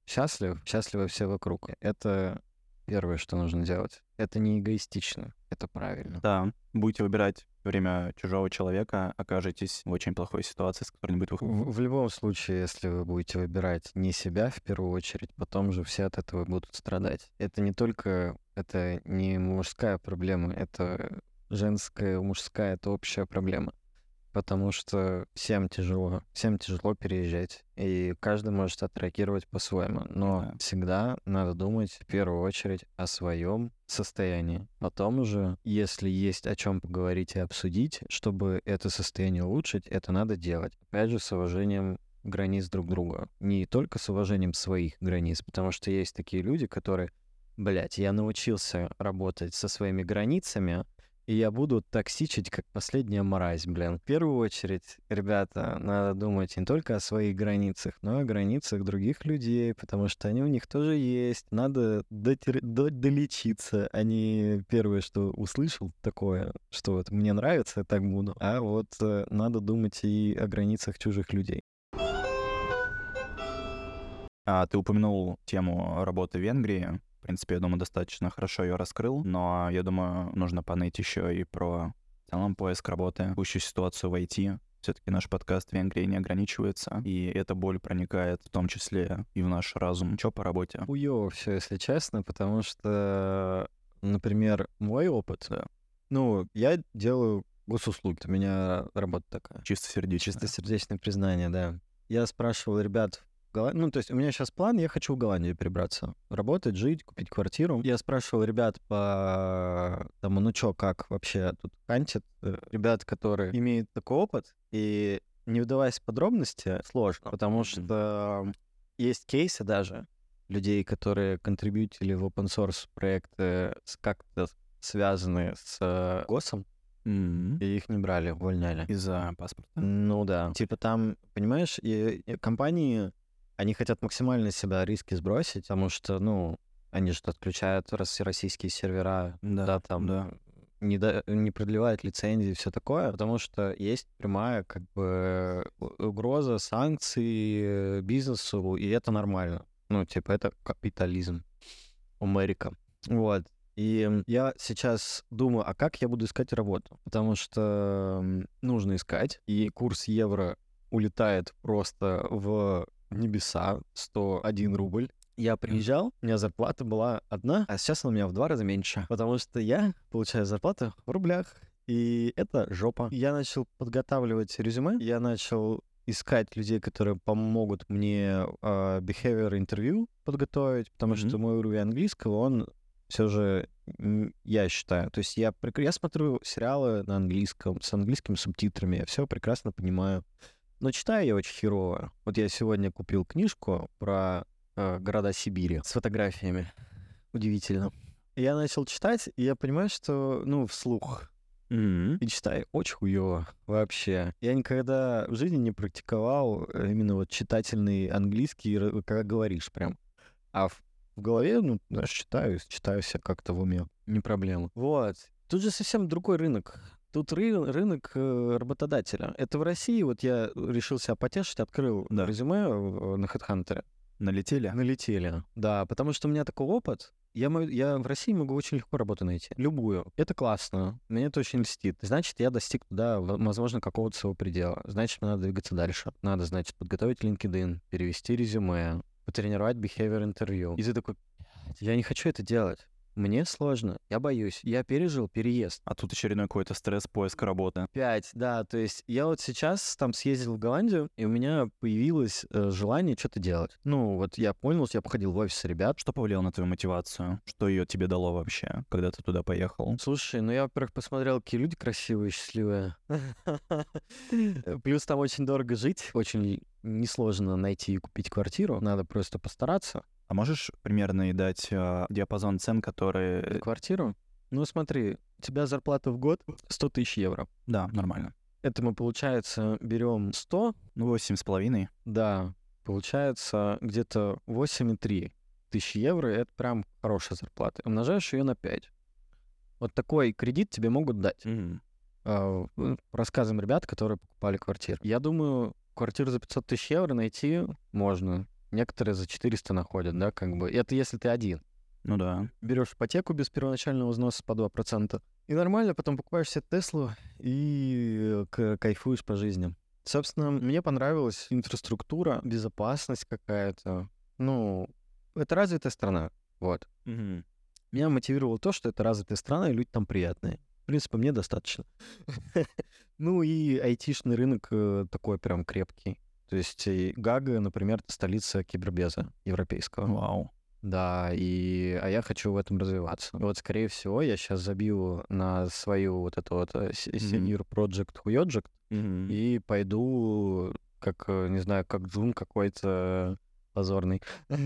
счастлив, счастливы все вокруг. Это первое, что нужно делать. Это не эгоистично, это правильно. Да, будете выбирать во время чужого человека, окажетесь в очень плохой ситуации, с которой не будет выхода. В, в любом случае, если вы будете выбирать не себя в первую очередь, потом же все от этого будут страдать. Это не только, это не мужская проблема, это женская, мужская, это общая проблема. Потому что всем тяжело, всем тяжело переезжать, и каждый может отреагировать по-своему. Но Да. всегда надо думать в первую очередь о своем состоянии. Потом уже, если есть о чем поговорить и обсудить, чтобы это состояние улучшить, это надо делать. Опять же, с уважением границ друг друга. Не только с уважением своих границ, потому что есть такие люди, которые, блядь, я научился работать со своими границами, и я буду токсичить, как последняя мразь, блин. В первую очередь, ребята, надо думать не только о своих границах, но и о границах других людей, потому что они у них тоже есть. Надо дотер... до- долечиться, а не первое, что услышал такое, что вот мне нравится, я так буду. А вот э, надо думать и о границах чужих людей. А ты упомянул тему работы в Венгрии. В принципе, я думаю, достаточно хорошо ее раскрыл, но я думаю, нужно поныть еще и про в целом поиск работы, текущую ситуацию в ай ти. Все-таки наш подкаст в Венгрии не ограничивается, и эта боль проникает в том числе и в наш разум. Че по работе? Хуёво все, если честно, потому что, например, мой опыт, Да. ну, я делаю госуслуги, у меня работа такая. Чистосердечное. Чистосердечное признание, да. Я спрашивал ребят в Голландии, ну, то есть у меня сейчас план, я хочу в Голландию перебраться, работать, жить, купить квартиру. Я спрашивал ребят по тому, ну чё, как вообще тут хантят, э, ребят, которые имеют такой опыт, и не вдаваясь в подробности, сложно, потому Мгм. что есть кейсы даже людей, которые контрибьютили в open source проекты, с- как-то связанные с э, ГОСом, М. и их не брали, увольняли. Из-за паспорта. Ну да. Типа там, понимаешь, и, и компании, они хотят максимально с себя риски сбросить, потому что, ну, они же отключают рос- российские сервера, Да, да, там да. не, да- не продлевают лицензии и все такое, потому что есть прямая как бы у- угроза санкций э, бизнесу, и это нормально. Ну, типа, это капитализм. Америка. Вот. И я сейчас думаю, а как я буду искать работу? Потому что м, нужно искать, и курс евро улетает просто в небеса, сто один рубль. Я приезжал, у меня зарплата была одна, а сейчас она у меня в два раза меньше, потому что я получаю зарплату в рублях, и это жопа. Я начал подготавливать резюме, я начал искать людей, которые помогут мне э, behavior интервью подготовить, потому Мгм. что мой уровень английского, он все же, м, я считаю, то есть я, прек- я смотрю сериалы на английском, с английскими субтитрами, я все прекрасно понимаю, но читаю я очень херово. Вот я сегодня купил книжку про э, города Сибири с фотографиями. Удивительно. И я начал читать, и я понимаю, что, ну, вслух М. и читаю очень хуёво вообще. Я никогда в жизни не практиковал э, именно вот читательный английский, р- когда говоришь прям. А в, в голове, ну, знаешь, читаю, читаю себя как-то в уме. Не проблема. Вот. Тут же совсем другой рынок. Тут ры- рынок э, работодателя. Это в России, вот я решил себя потешить, открыл Да. резюме э, на HeadHunter. Налетели? Налетели. Да, потому что у меня такой опыт. Я, мо- я в России могу очень легко работу найти. Любую. Это классно. Мне это очень льстит. Значит, я достиг туда, в- возможно, какого-то своего предела. Значит, мне надо двигаться дальше. Надо, значит, подготовить LinkedIn, перевести резюме, потренировать behavior интервью. И ты такой, «Блядь, я не хочу это делать. Мне сложно. Я боюсь. Я пережил переезд. А тут очередной какой-то стресс поиска работы. Пять, да, то есть я вот сейчас там съездил в Голландию, и у меня появилось э, желание что-то делать. Ну, вот я понял, я походил в офис ребят. Что повлияло на твою мотивацию? Что ее тебе дало вообще, когда ты туда поехал? Слушай, ну я, во-первых, посмотрел, какие люди красивые, счастливые. Плюс там очень дорого жить, очень несложно найти и купить квартиру, надо просто постараться. А можешь примерно и дать э, диапазон цен, На которые... квартиру? Ну смотри, у тебя зарплата в год сто тысяч евро. Да, нормально. Это мы, получается, берем сто, Ну, восемь с половиной. да, получается где-то восемь и три тысячи евро, это прям хорошая зарплата. Умножаешь ее на пять. Вот такой кредит тебе могут дать. Мгм. А, ну, по рассказам ребят, которые покупали квартиру. Я думаю, квартиру за пятьсот тысяч евро найти можно. некоторые за четыреста находят, да, как бы. Это если ты один. Ну да. Берешь ипотеку без первоначального взноса по два процента. И нормально, потом покупаешь себе Теслу и к- кайфуешь по жизни. Собственно, мне понравилась инфраструктура, безопасность какая-то. Ну, это развитая страна, вот. Мгм. Меня мотивировало то, что это развитая страна, и люди там приятные. В принципе, мне достаточно. Ну и айтишный рынок э, такой прям крепкий. То есть и Гага, например, это столица кибербеза европейского. Вау. Да, и, а я хочу в этом развиваться. И вот, скорее всего, я сейчас забью на свою вот эту вот э, се- Мгм. senior project хуёджик Мгм. и пойду, как, э, не знаю, как Джун какой-то позорный,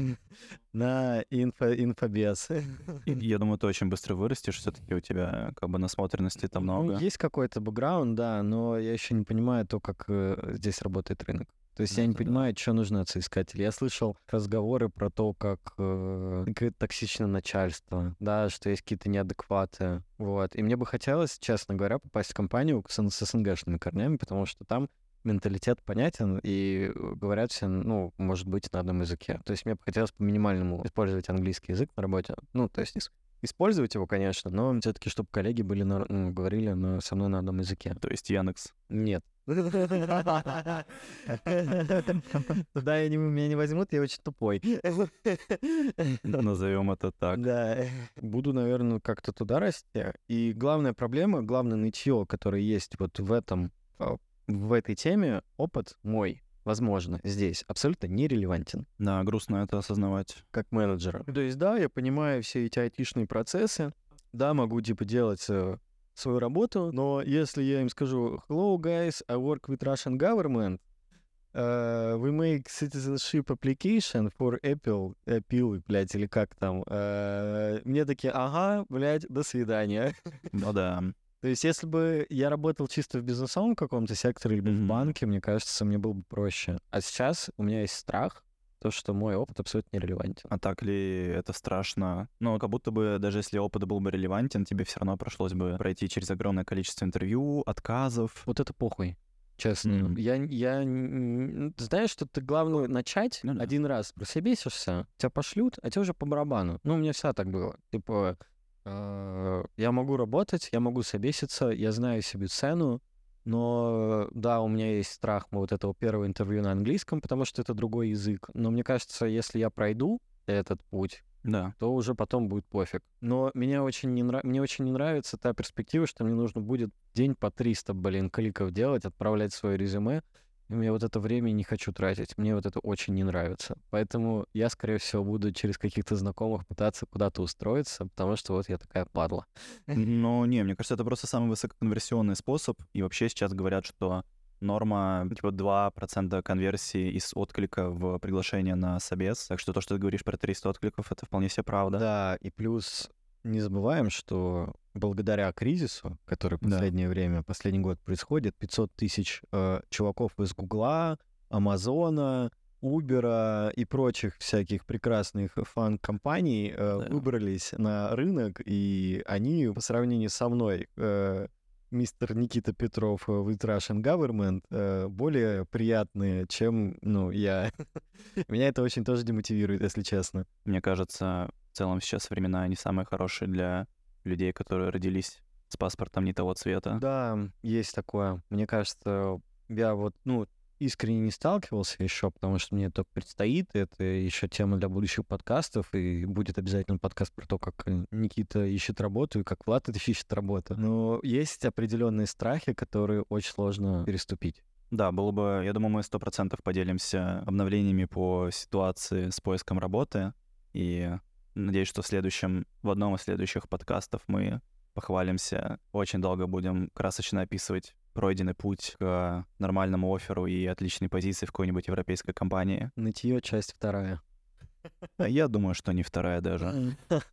на инфо, инфобез. И я думаю, ты очень быстро вырастешь, все-таки у тебя как бы насмотренности-то Ну, много. есть какой-то бэкграунд, да, но я еще не понимаю то, как э, здесь работает рынок. То есть я не Это да. понимаю, что нужно от соискателя. Я слышал разговоры про то, как э, какое токсичное начальство, да, что есть какие-то неадекваты, вот. И мне бы хотелось, честно говоря, попасть в компанию с, с СНГшными корнями, потому что там менталитет понятен, и э, говорят все, ну, может быть, на одном языке. То есть мне бы хотелось по минимальному использовать английский язык на работе. Ну, то есть не с- использовать его, конечно, но все-таки, чтобы коллеги были на- ну, говорили на- со мной на одном языке. То есть Яндекс. Нет. Туда я не, меня не возьмут, я очень тупой. Назовем это так. Да. Буду, наверное, как-то туда расти. И главная проблема, главное нытье, которое есть вот в этом, а, в этой теме, опыт мой, возможно, здесь абсолютно нерелевантен Да, грустно это осознавать. как менеджера. То есть, да, я понимаю все эти айтишные процессы, да, могу, типа, делать э, свою работу, но если я им скажу «Hello, guys, I work with Russian government, э, we make citizenship application for Apple, Apple, блядь, или как там», э, мне такие «Ага, блядь, до свидания». Ну да. То есть, если бы я работал чисто в бизнесовом каком-то секторе, либо в Мгм. банке, мне кажется, мне было бы проще. А сейчас у меня есть страх, то, что мой опыт абсолютно нерелевантен. А так ли это страшно? Ну, как будто бы даже если опыт был бы релевантен, тебе все равно пришлось бы пройти через огромное количество интервью, отказов. Вот это похуй. Честно. М. Я, я н- ты знаешь, что ты главное начать Ну да. один раз, просебесишься, тебя пошлют, а тебе уже по барабану. Ну, у меня всегда так было. Типа, э, я могу работать, я могу собеситься, я знаю себе цену, но да, у меня есть страх вот этого первого интервью на английском, потому что это другой язык. Но мне кажется, если я пройду этот путь, Да. то уже потом будет пофиг. Но меня очень не нрав... мне очень не нравится та перспектива, что мне нужно будет день по триста, блин, кликов делать, отправлять свое резюме. И мне вот это время не хочу тратить. Мне вот это очень не нравится. Поэтому я, скорее всего, буду через каких-то знакомых пытаться куда-то устроиться, потому что вот я такая падла. Но не, мне кажется, это просто самый высококонверсионный способ. И вообще сейчас говорят, что норма типа два процента конверсии из отклика в приглашение на собес. Так что то, что ты говоришь про триста откликов, это вполне себе правда. Да, и плюс не забываем, что благодаря кризису, который в Да. последнее время, последний год происходит, пятьсот тысяч э, чуваков из Гугла, Амазона, Убера и прочих всяких прекрасных фан-компаний э, Да. выбрались на рынок, и они по сравнению со мной, э, мистер Никита Петров, э, with Russian Government, э, более приятные, чем, ну, я. Меня это очень тоже демотивирует, если честно. Мне кажется, в целом сейчас времена не самые хорошие для людей, которые родились с паспортом не того цвета. Да, есть такое. Мне кажется, я вот, ну, искренне не сталкивался еще, потому что мне только предстоит. Это еще тема для будущих подкастов, и будет обязательно подкаст про то, как э, Никита ищет работу и как Влад ищет работу. Но есть определенные страхи, которые очень сложно переступить. Да, было бы, я думаю, мы сто процентов поделимся обновлениями по ситуации с поиском работы. И надеюсь, что в следующем, в одном из следующих подкастов мы похвалимся. Очень долго будем красочно описывать пройденный путь к нормальному офферу и отличной позиции в какой-нибудь европейской компании. Нытье, часть вторая. А я думаю, что не вторая даже.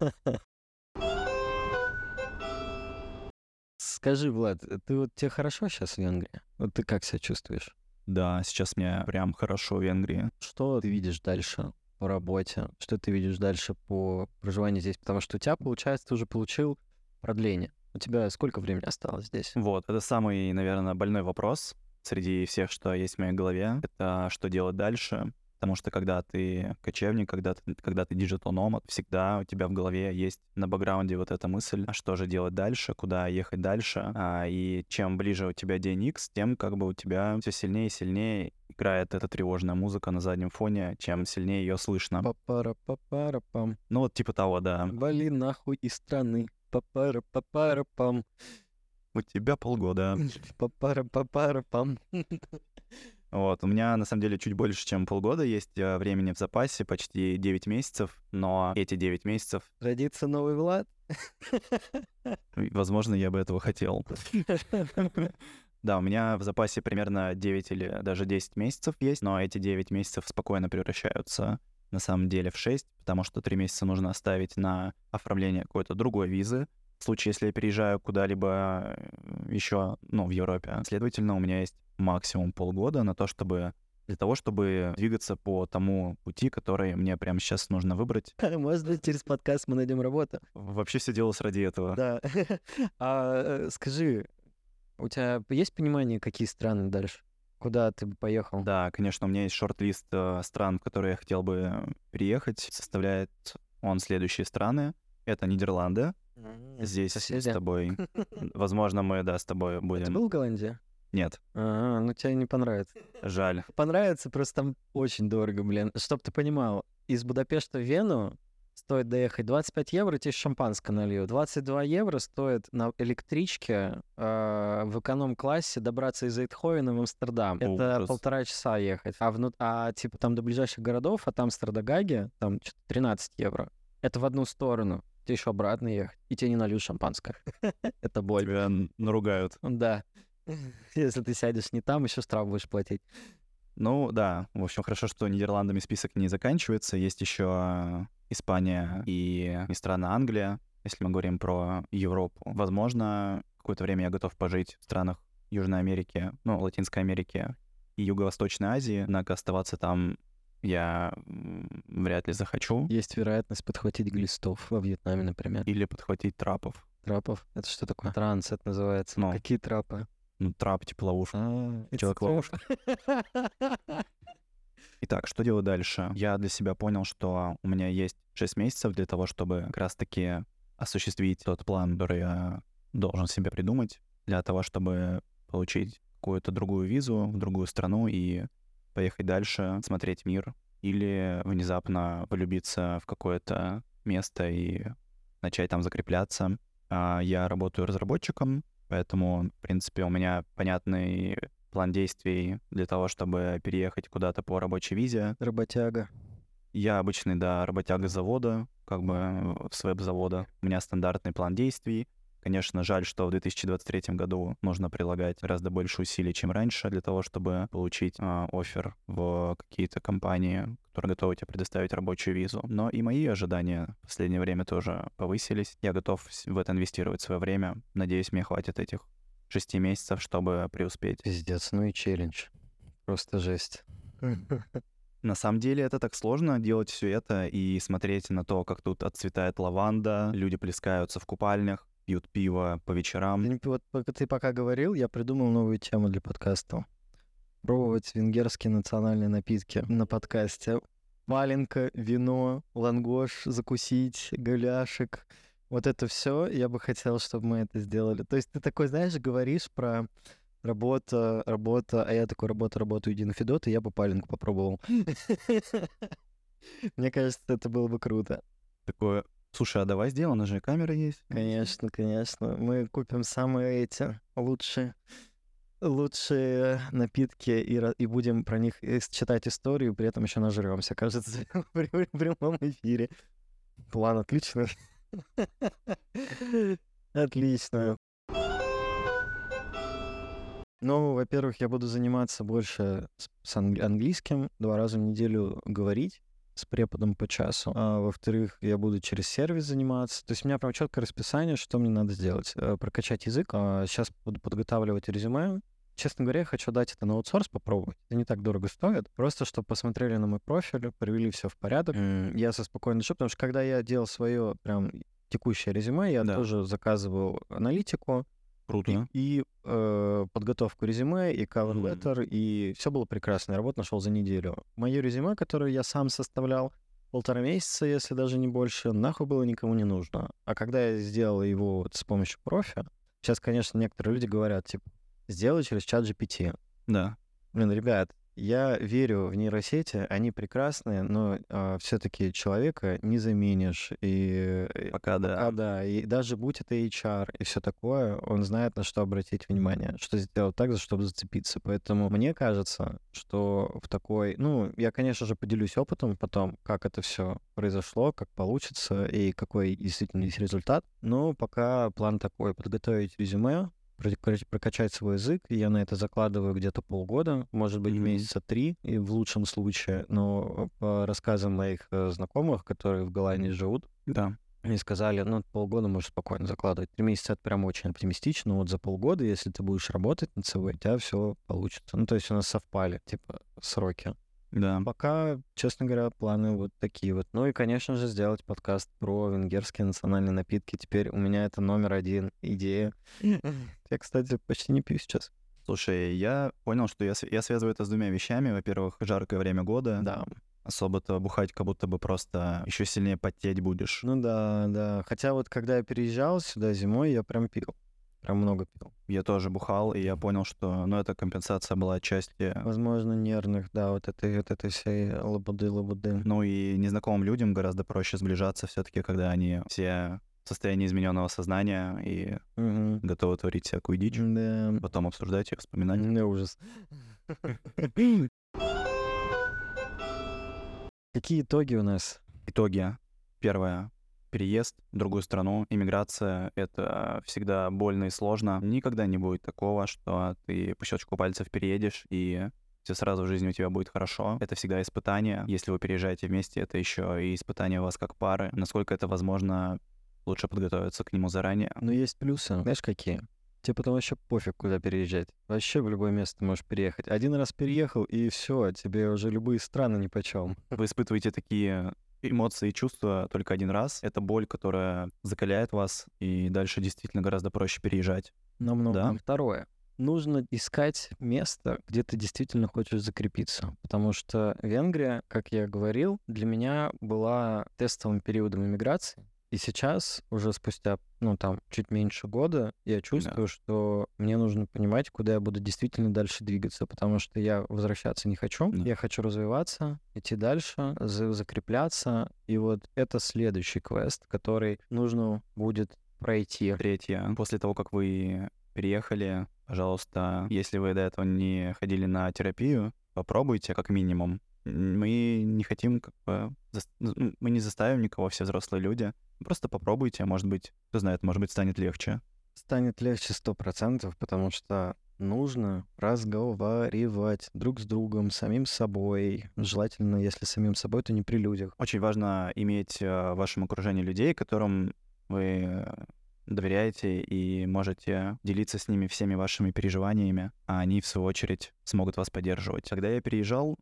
Скажи, Влад, ты вот тебе хорошо сейчас в Венгрии? Вот ты как себя чувствуешь? Да, сейчас мне прям хорошо в Венгрии. Что ты видишь дальше по работе? Что ты видишь дальше по проживанию здесь? Потому что у тебя, получается, ты уже получил продление. У тебя сколько времени осталось здесь? Вот, это самый, наверное, больной вопрос среди всех, что есть в моей голове. Это что делать дальше. Потому что когда ты кочевник, когда ты, когда ты digital nomad, всегда у тебя в голове есть на бэкграунде вот эта мысль, а что же делать дальше, куда ехать дальше. А, и чем ближе у тебя день X, тем как бы у тебя все сильнее и сильнее играет эта тревожная музыка на заднем фоне, чем сильнее ее слышно. Папара-папара-пам. Ну вот типа того, да. Вали нахуй из страны. Папара-папара-пам. У тебя полгода. Папара-папара-пам. Вот, у меня на самом деле чуть больше, чем полгода есть э, времени в запасе, почти девять месяцев, но эти девять месяцев, Родится новый Влад. возможно, я бы этого хотел. Да, у меня в запасе примерно девять или даже десять месяцев есть, но эти девять месяцев спокойно превращаются на самом деле в шесть, потому что три месяца нужно оставить на оформление какой-то другой визы. В случае, если я переезжаю куда-либо еще, ну, в Европе. Следовательно, у меня есть максимум полгода на то, чтобы для того, чтобы двигаться по тому пути, который мне прямо сейчас нужно выбрать. Может быть, через подкаст мы найдем работу. Вообще все делалось ради этого. Да. А э, скажи, у тебя есть понимание, какие страны дальше? Куда ты бы поехал? Да, конечно, у меня есть шорт-лист э, стран, в которые я хотел бы переехать. Составляет он следующие страны. Это Нидерланды. М, Здесь соседи. с тобой, возможно, мы, да, с тобой Ты будем... был в Голландии? Нет, А, ну тебе не понравится. жаль. Понравится, просто там очень дорого, блин. Чтоб ты понимал, из Будапешта в Вену стоит доехать двадцать пять евро, тебе шампанское налью. двадцать два евро стоит на электричке э, в эконом-классе добраться из Эйндховена в Амстердам. Это Ужас. полтора часа ехать. А, вну... а типа там до ближайших городов, от Амстердама до Гаги, там что-то тринадцать евро. Это в одну сторону. Тебе еще обратно ехать. И тебе не нальют шампанское. Это боль. Тебя н- наругают. Да. Если ты сядешь не там, еще штраф будешь платить. Ну, да, в общем, хорошо, что Нидерландами список не заканчивается. Есть еще Испания и, и страна Англия, если мы говорим про Европу. Возможно, какое-то время я готов пожить в странах Южной Америки, ну, Латинской Америки и Юго-Восточной Азии, однако оставаться там я м, вряд ли захочу. Есть вероятность подхватить глистов во Вьетнаме, например. Или подхватить трапов. Трапов? Это что такое? Транс это называется. Ну. Какие трапы? Ну, трап, типа ловушка. А, it's Человек-ловушка. trap. Итак, что делать дальше? Я для себя понял, что у меня есть шесть месяцев для того, чтобы как раз-таки осуществить тот план, который я должен себе придумать, для того, чтобы получить какую-то другую визу в другую страну и поехать дальше, смотреть мир, или внезапно влюбиться в какое-то место и начать там закрепляться. А я работаю разработчиком, поэтому, в принципе, у меня понятный план действий для того, чтобы переехать куда-то по рабочей визе. Работяга. Я обычный, да, работяга завода, как бы с веб-завода. У меня стандартный план действий. Конечно, жаль, что в две тысячи двадцать третьем году нужно прилагать гораздо больше усилий, чем раньше, для того, чтобы получить э, оффер в какие-то компании, которые готовы тебе предоставить рабочую визу. Но и мои ожидания в последнее время тоже повысились. Я готов в это инвестировать свое время. Надеюсь, мне хватит этих шести месяцев, чтобы преуспеть. Пиздец, ну и челлендж. Просто жесть. На самом деле это так сложно делать все это и смотреть на то, как тут отцветает лаванда, люди плескаются в купальнях, пьют пиво по вечерам. Ты, не- вот пока ты пока говорил, я придумал новую тему для подкаста. Пробовать венгерские национальные напитки на подкасте. Валенка, вино, лангош, закусить, голяшек. Вот это все я бы хотел, чтобы мы это сделали. То есть ты такой, знаешь, говоришь про работа, работа, а я такой, работа, работа, иди на Федот, и я бы паленку попробовал. Мне кажется, это было бы круто. Такое, слушай, а давай сделаем, у нас же камера есть. Конечно, конечно. Мы купим самые эти лучшие, лучшие напитки и, ра- и будем про них э, читать историю, при этом еще нажремся, кажется, в прям- прямом эфире. План отличный. Отлично. Ну, во-первых, я буду заниматься больше с с англи- английским, два раза в неделю говорить с преподом по часу. А, во-вторых, я буду через сервис заниматься. То есть у меня прям четкое расписание, что мне надо сделать. Э, Прокачать язык. А, Сейчас буду подготавливать резюме. Честно говоря, я хочу дать это на аутсорс попробовать. Это не так дорого стоит. Просто, чтобы посмотрели на мой профиль, привели все в порядок. М, Я со спокойной душой, потому что когда я делал свое прям текущее резюме, я Да. тоже заказывал аналитику, Круто. И э, подготовку резюме, и cover Мгм. letter, и все было прекрасно. Я работу нашел за неделю. Мое резюме, которое я сам составлял полтора месяца, если даже не больше, нахуй было никому не нужно. А когда я сделал его вот с помощью профи, сейчас, конечно, некоторые люди говорят, типа, сделай через чат джи пи ти. Да. Блин, ребят, я верю в нейросети, они прекрасные, но все-таки человека не заменишь. И э, Пока да. пока да, и даже будь это эйч ар и все такое, он знает, на что обратить внимание, что сделать так, за чтобы зацепиться. Поэтому мне кажется, что в такой... Ну, я, конечно же, поделюсь опытом потом, как это все произошло, как получится и какой действительно есть результат. Но пока план такой — подготовить резюме, про- короче, прокачать свой язык, и я на это закладываю где-то полгода, может быть, Мгм. месяца три, и в лучшем случае. Но по рассказам моих э, знакомых, которые в Голландии живут, Да. они сказали, ну, полгода можешь спокойно закладывать. Три месяца — это прям очень оптимистично. Но вот за полгода, если ты будешь работать над собой, у тебя все получится. Ну, то есть у нас совпали, типа, сроки. Да. Пока, честно говоря, планы вот такие вот. Ну и, конечно же, сделать подкаст про венгерские национальные напитки. Теперь у меня это номер один идея. Я, кстати, почти не пью сейчас. Слушай, я понял, что я, св- я связываю это с двумя вещами. Во-первых, жаркое время года. Да. Особо-то бухать, как будто бы просто еще сильнее потеть будешь. Ну да, да. Хотя вот когда я переезжал сюда зимой, я прям пил. Прям много пил. Я тоже бухал, и я понял, что, ну, эта компенсация была отчасти. Возможно, нервных, да, вот этой, вот этой всей лабуды-лабуды. Ну и незнакомым людям гораздо проще сближаться все-таки, когда они все в состоянии измененного сознания и Мгм. готовы творить всякую дичь, Да. потом обсуждать и вспоминать. Да, ужас. Какие итоги у нас? Итоги. Первое. Переезд в другую страну, иммиграция — это всегда больно и сложно. Никогда не будет такого, что ты по щелчку пальцев переедешь, и все сразу в жизни у тебя будет хорошо. Это всегда испытание. Если вы переезжаете вместе, это еще и испытание вас как пары. Насколько это возможно, лучше подготовиться к нему заранее. Но есть плюсы. Знаешь, какие? Тебе потом вообще пофиг, куда переезжать. Вообще в любое место можешь переехать. Один раз переехал, и все, тебе уже любые страны нипочем. Вы испытываете такие эмоции и чувства только один раз. Это боль, которая закаляет вас, и дальше действительно гораздо проще переезжать. Намного. Да. Второе. Нужно искать место, где ты действительно хочешь закрепиться. Потому что Венгрия, как я говорил, для меня была тестовым периодом иммиграции. И сейчас, уже спустя, ну, там, чуть меньше года, я чувствую, что мне нужно понимать, куда я буду действительно дальше двигаться, потому что я возвращаться не хочу, Да. я хочу развиваться, идти дальше, за- закрепляться, и вот это следующий квест, который нужно будет пройти. Третье. После того, как вы переехали, пожалуйста, если вы до этого не ходили на терапию, попробуйте как минимум. М, Мы не хотим, как бы, зас- ну, мы не заставим никого, все взрослые люди. Просто попробуйте, может быть, кто знает, может быть, станет легче. Станет легче сто процентов, потому что нужно разговаривать друг с другом, самим собой. Желательно, если самим собой, то не при людях. Очень важно иметь э, в вашем окружении людей, которым вы э, доверяете и можете делиться с ними всеми вашими переживаниями, а они, в свою очередь, смогут вас поддерживать. Когда я переезжал,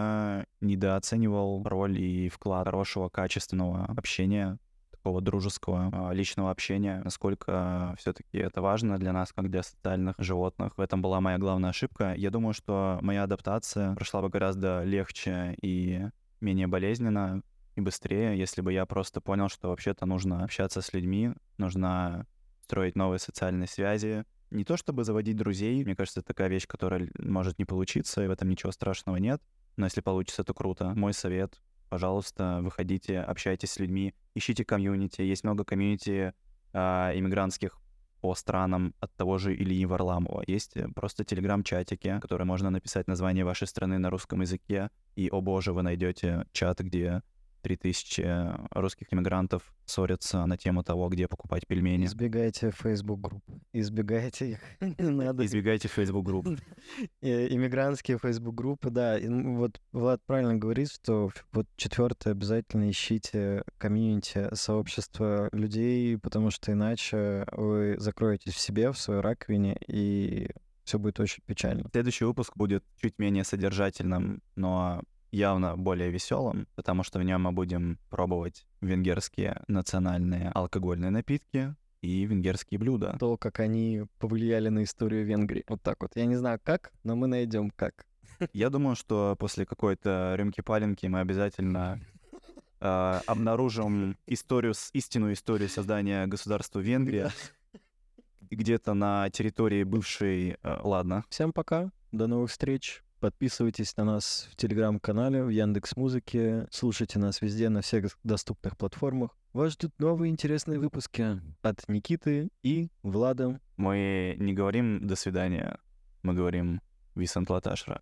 я недооценивал роль и вклад хорошего, качественного общения, такого дружеского, а, личного общения, насколько все-таки это важно для нас, как для социальных животных. В этом была моя главная ошибка. Я думаю, что моя адаптация прошла бы гораздо легче и менее болезненно, и быстрее, если бы я просто понял, что вообще-то нужно общаться с людьми, нужно строить новые социальные связи. Не то чтобы заводить друзей, мне кажется, это такая вещь, которая л- может не получиться, и в этом ничего страшного нет. Но если получится, то круто. Мой совет: пожалуйста, выходите, общайтесь с людьми, ищите комьюнити. Есть много комьюнити а, иммигрантских по странам от того же Ильи Варламова. Есть э, просто телеграм-чатики, в которые можно написать название вашей страны на русском языке, и, о боже, вы найдете чат, где три тысячи русских иммигрантов ссорятся на тему того, где покупать пельмени. Избегайте Facebook-групп. Избегайте их. Не надо. Избегайте Facebook-групп. Э, Иммигрантские Facebook-группы, да. И, м, вот Влад правильно говорит, что ф- вот четвертое, обязательно ищите комьюнити, сообщество людей, потому что иначе вы закроетесь в себе, в своей раковине, и все будет очень печально. Следующий выпуск будет чуть менее содержательным, но явно более веселым, потому что в нем мы будем пробовать венгерские национальные алкогольные напитки. и венгерские блюда. То, как они повлияли на историю Венгрии. Вот так вот. Я не знаю как, но мы найдем как. Я думаю, что после какой-то рюмки-паленки мы обязательно э, обнаружим историю, с- истинную историю создания государства Венгрия где-то на территории бывшей... э, ладно. Всем пока, до новых встреч. Подписывайтесь на нас в Телеграм-канале, в Яндекс.Музыке. Слушайте нас везде, на всех доступных платформах. Вас ждут новые интересные выпуски от Никиты и Влада. Мы не говорим «до свидания», мы говорим «Висантлаташра».